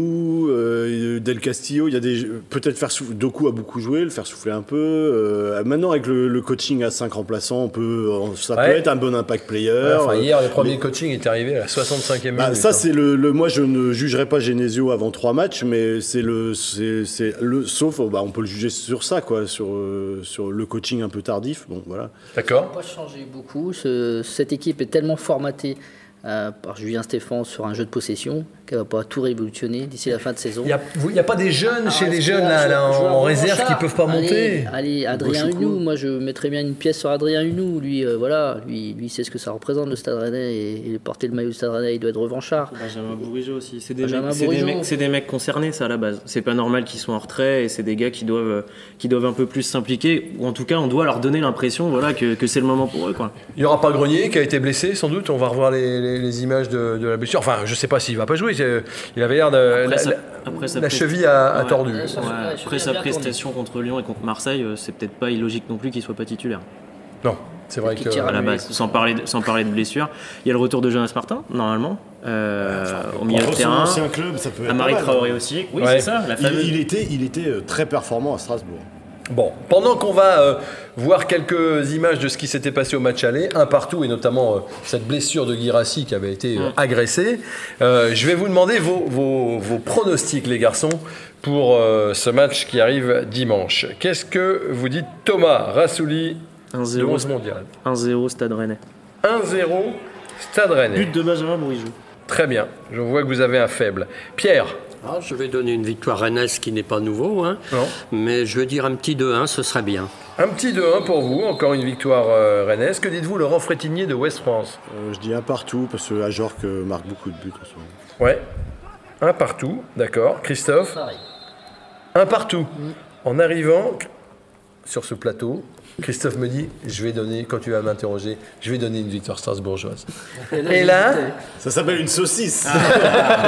Doku, euh, Del Castillo, il y a des peut-être faire souffler. Doku a beaucoup joué, le faire souffler un peu. Euh, maintenant avec le, le coaching à cinq remplaçants, on peut, ça ouais. peut être un bon impact player. Ouais, enfin, hier, le premier mais... coaching est arrivé à la soixante-cinquième bah, minute. Ça, hein. c'est le, le. Moi, je ne jugerai pas Genesio avant trois matchs, mais c'est le, c'est, c'est le. Sauf, bah, on peut le juger sur ça, quoi, sur euh, sur le coaching un peu tardif. Bon, voilà. D'accord. Ça n'a pas changé beaucoup. Ce, cette équipe est tellement formatée euh, par Julien Stéphane sur un jeu de possession qu'elle ne va pas tout révolutionner d'ici la fin de saison. Il n'y a, a pas des jeunes ah, chez les jeunes là, là, en, en réserve qui ne peuvent pas allez, monter. Allez, Adrien Hunou, moi je mettrais bien une pièce sur Adrien Hunou. Lui, euh, voilà, lui, lui sait ce que ça représente le Stade Rennais et, et porter le maillot du Stade Rennais, il doit être revanchard. Benjamin Bourigeaud aussi. C'est des, mecs, c'est, des mecs, c'est des mecs concernés, ça à la base. C'est pas normal qu'ils soient en retrait et c'est des gars qui doivent, qui doivent un peu plus s'impliquer. Ou en tout cas, on doit leur donner l'impression voilà, que, que c'est le moment pour eux. Quoi. Il n'y aura pas Grenier qui a été blessé sans doute. On va revoir les, les, les images de, de la blessure. Enfin, je ne sais pas s'il ne va pas jouer. Il avait l'air de. Après, la, ça, la, après, ça la pré... cheville a, a ouais, tordu. Ouais, ouais, après sa prestation contre Lyon et contre Marseille, c'est peut-être pas illogique non plus qu'il soit pas titulaire. Non, c'est vrai que à la base, sans parler de, sans parler de blessure, il y a le retour de Jonas Martin normalement euh, enfin, au milieu de terrain. Ancien club, ça peut être Amari Traoré hein. aussi. Oui, ouais. c'est ça. La il, il était, il était très performant à Strasbourg. Bon, pendant qu'on va euh, voir quelques images de ce qui s'était passé au match aller, un partout, et notamment euh, cette blessure de Guirassy qui avait été euh, agressée, euh, je vais vous demander vos, vos, vos pronostics, les garçons, pour euh, ce match qui arrive dimanche. Qu'est-ce que vous dites, Thomas Rassouli, un zéro de onze mondial un zéro Stade Rennais. un zéro Stade Rennais. But de Benjamin Bourigeaud. Très bien, je vois que vous avez un faible. Pierre. Ah, je vais donner une victoire rennaise qui n'est pas nouveau, hein, mais je veux dire un petit deux un, ce serait bien. Un petit deux un pour vous, encore une victoire euh, rennaise. Que dites-vous, Laurent Frétinier de Ouest France? euh, Je dis un partout, parce que Ajorc marque beaucoup de buts en ce moment. Ouais, un partout, d'accord. Christophe? Pareil. Un partout. Mmh. En arrivant sur ce plateau, Christophe me dit, je vais donner, quand tu vas m'interroger, je vais donner une victoire strasbourgeoise. Et là, Et là ça s'appelle une saucisse. Ah.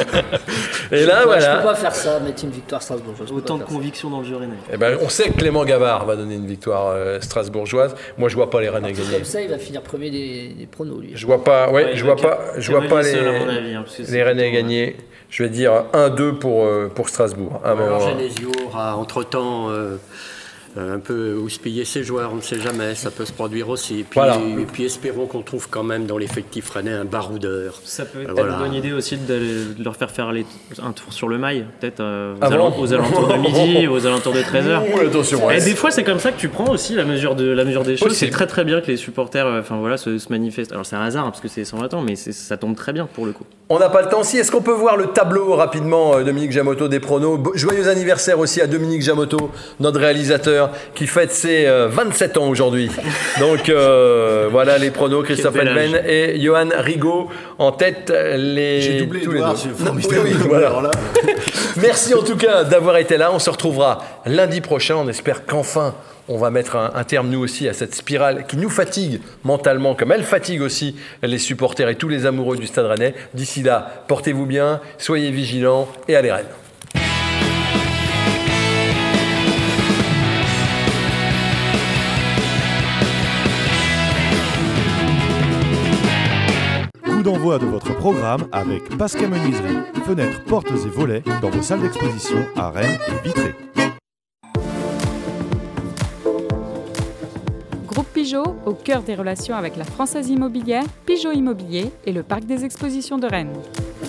Et là, Moi, voilà. Je ne peux pas faire ça, mettre une victoire strasbourgeoise. Autant de conviction dans le jeu rennais. Eh ben, on sait que Clément Gavard va donner une victoire euh, strasbourgeoise. Moi, je vois pas les Rennais gagner. Comme ça, il va finir premier des, des pronos, lui. Je vois pas, ouais, ouais, je vois pas, je vois pas les, seul, à mon avis, hein, les Rennais gagner. Je vais dire un deux pour, euh, pour Strasbourg. À alors, Genesio aura entre-temps euh, un peu houspillé ses joueurs, on ne sait jamais, ça peut se produire aussi. Et puis, voilà. et puis espérons qu'on trouve quand même dans l'effectif rennais un baroudeur. Ça peut être voilà. une bonne idée aussi de, de leur faire faire les, un tour sur le mail, peut-être euh, aux, ah alent, bon aux alentours de midi, aux alentours de treize heures. Ouh, attention, ouais. Et des fois, c'est comme ça que tu prends aussi la mesure, de, la mesure des choses. Possible. C'est très très bien que les supporters enfin, voilà, se, se manifestent. Alors c'est un hasard, hein, parce que c'est cent vingt ans, mais c'est, ça tombe très bien pour le coup. On n'a pas le temps. Si, est-ce qu'on peut voir le tableau rapidement, Dominique Jamoto, des pronos? Joyeux anniversaire aussi à Dominique Jamoto, notre réalisateur, qui fête ses euh, vingt-sept ans aujourd'hui. Donc euh, voilà les pronos, Christophe Elben et Johan Rigaud en tête. Les... J'ai doublé tous Edouard, les deux. j'ai Oui, oui, voilà. Là. Merci en tout cas d'avoir été là. On se retrouvera lundi prochain. On espère qu'enfin on va mettre un, un terme, nous aussi, à cette spirale qui nous fatigue mentalement, comme elle fatigue aussi les supporters et tous les amoureux du Stade Rennais. D'ici là, portez-vous bien, soyez vigilants et allez Rennes. Coup d'envoi de votre programme avec Pascal Menuiserie, fenêtres, portes et volets dans vos salles d'exposition à Rennes et Vitré. Groupe Pigeot, au cœur des relations avec la Française Immobilière, Pigeot Immobilier et le Parc des Expositions de Rennes.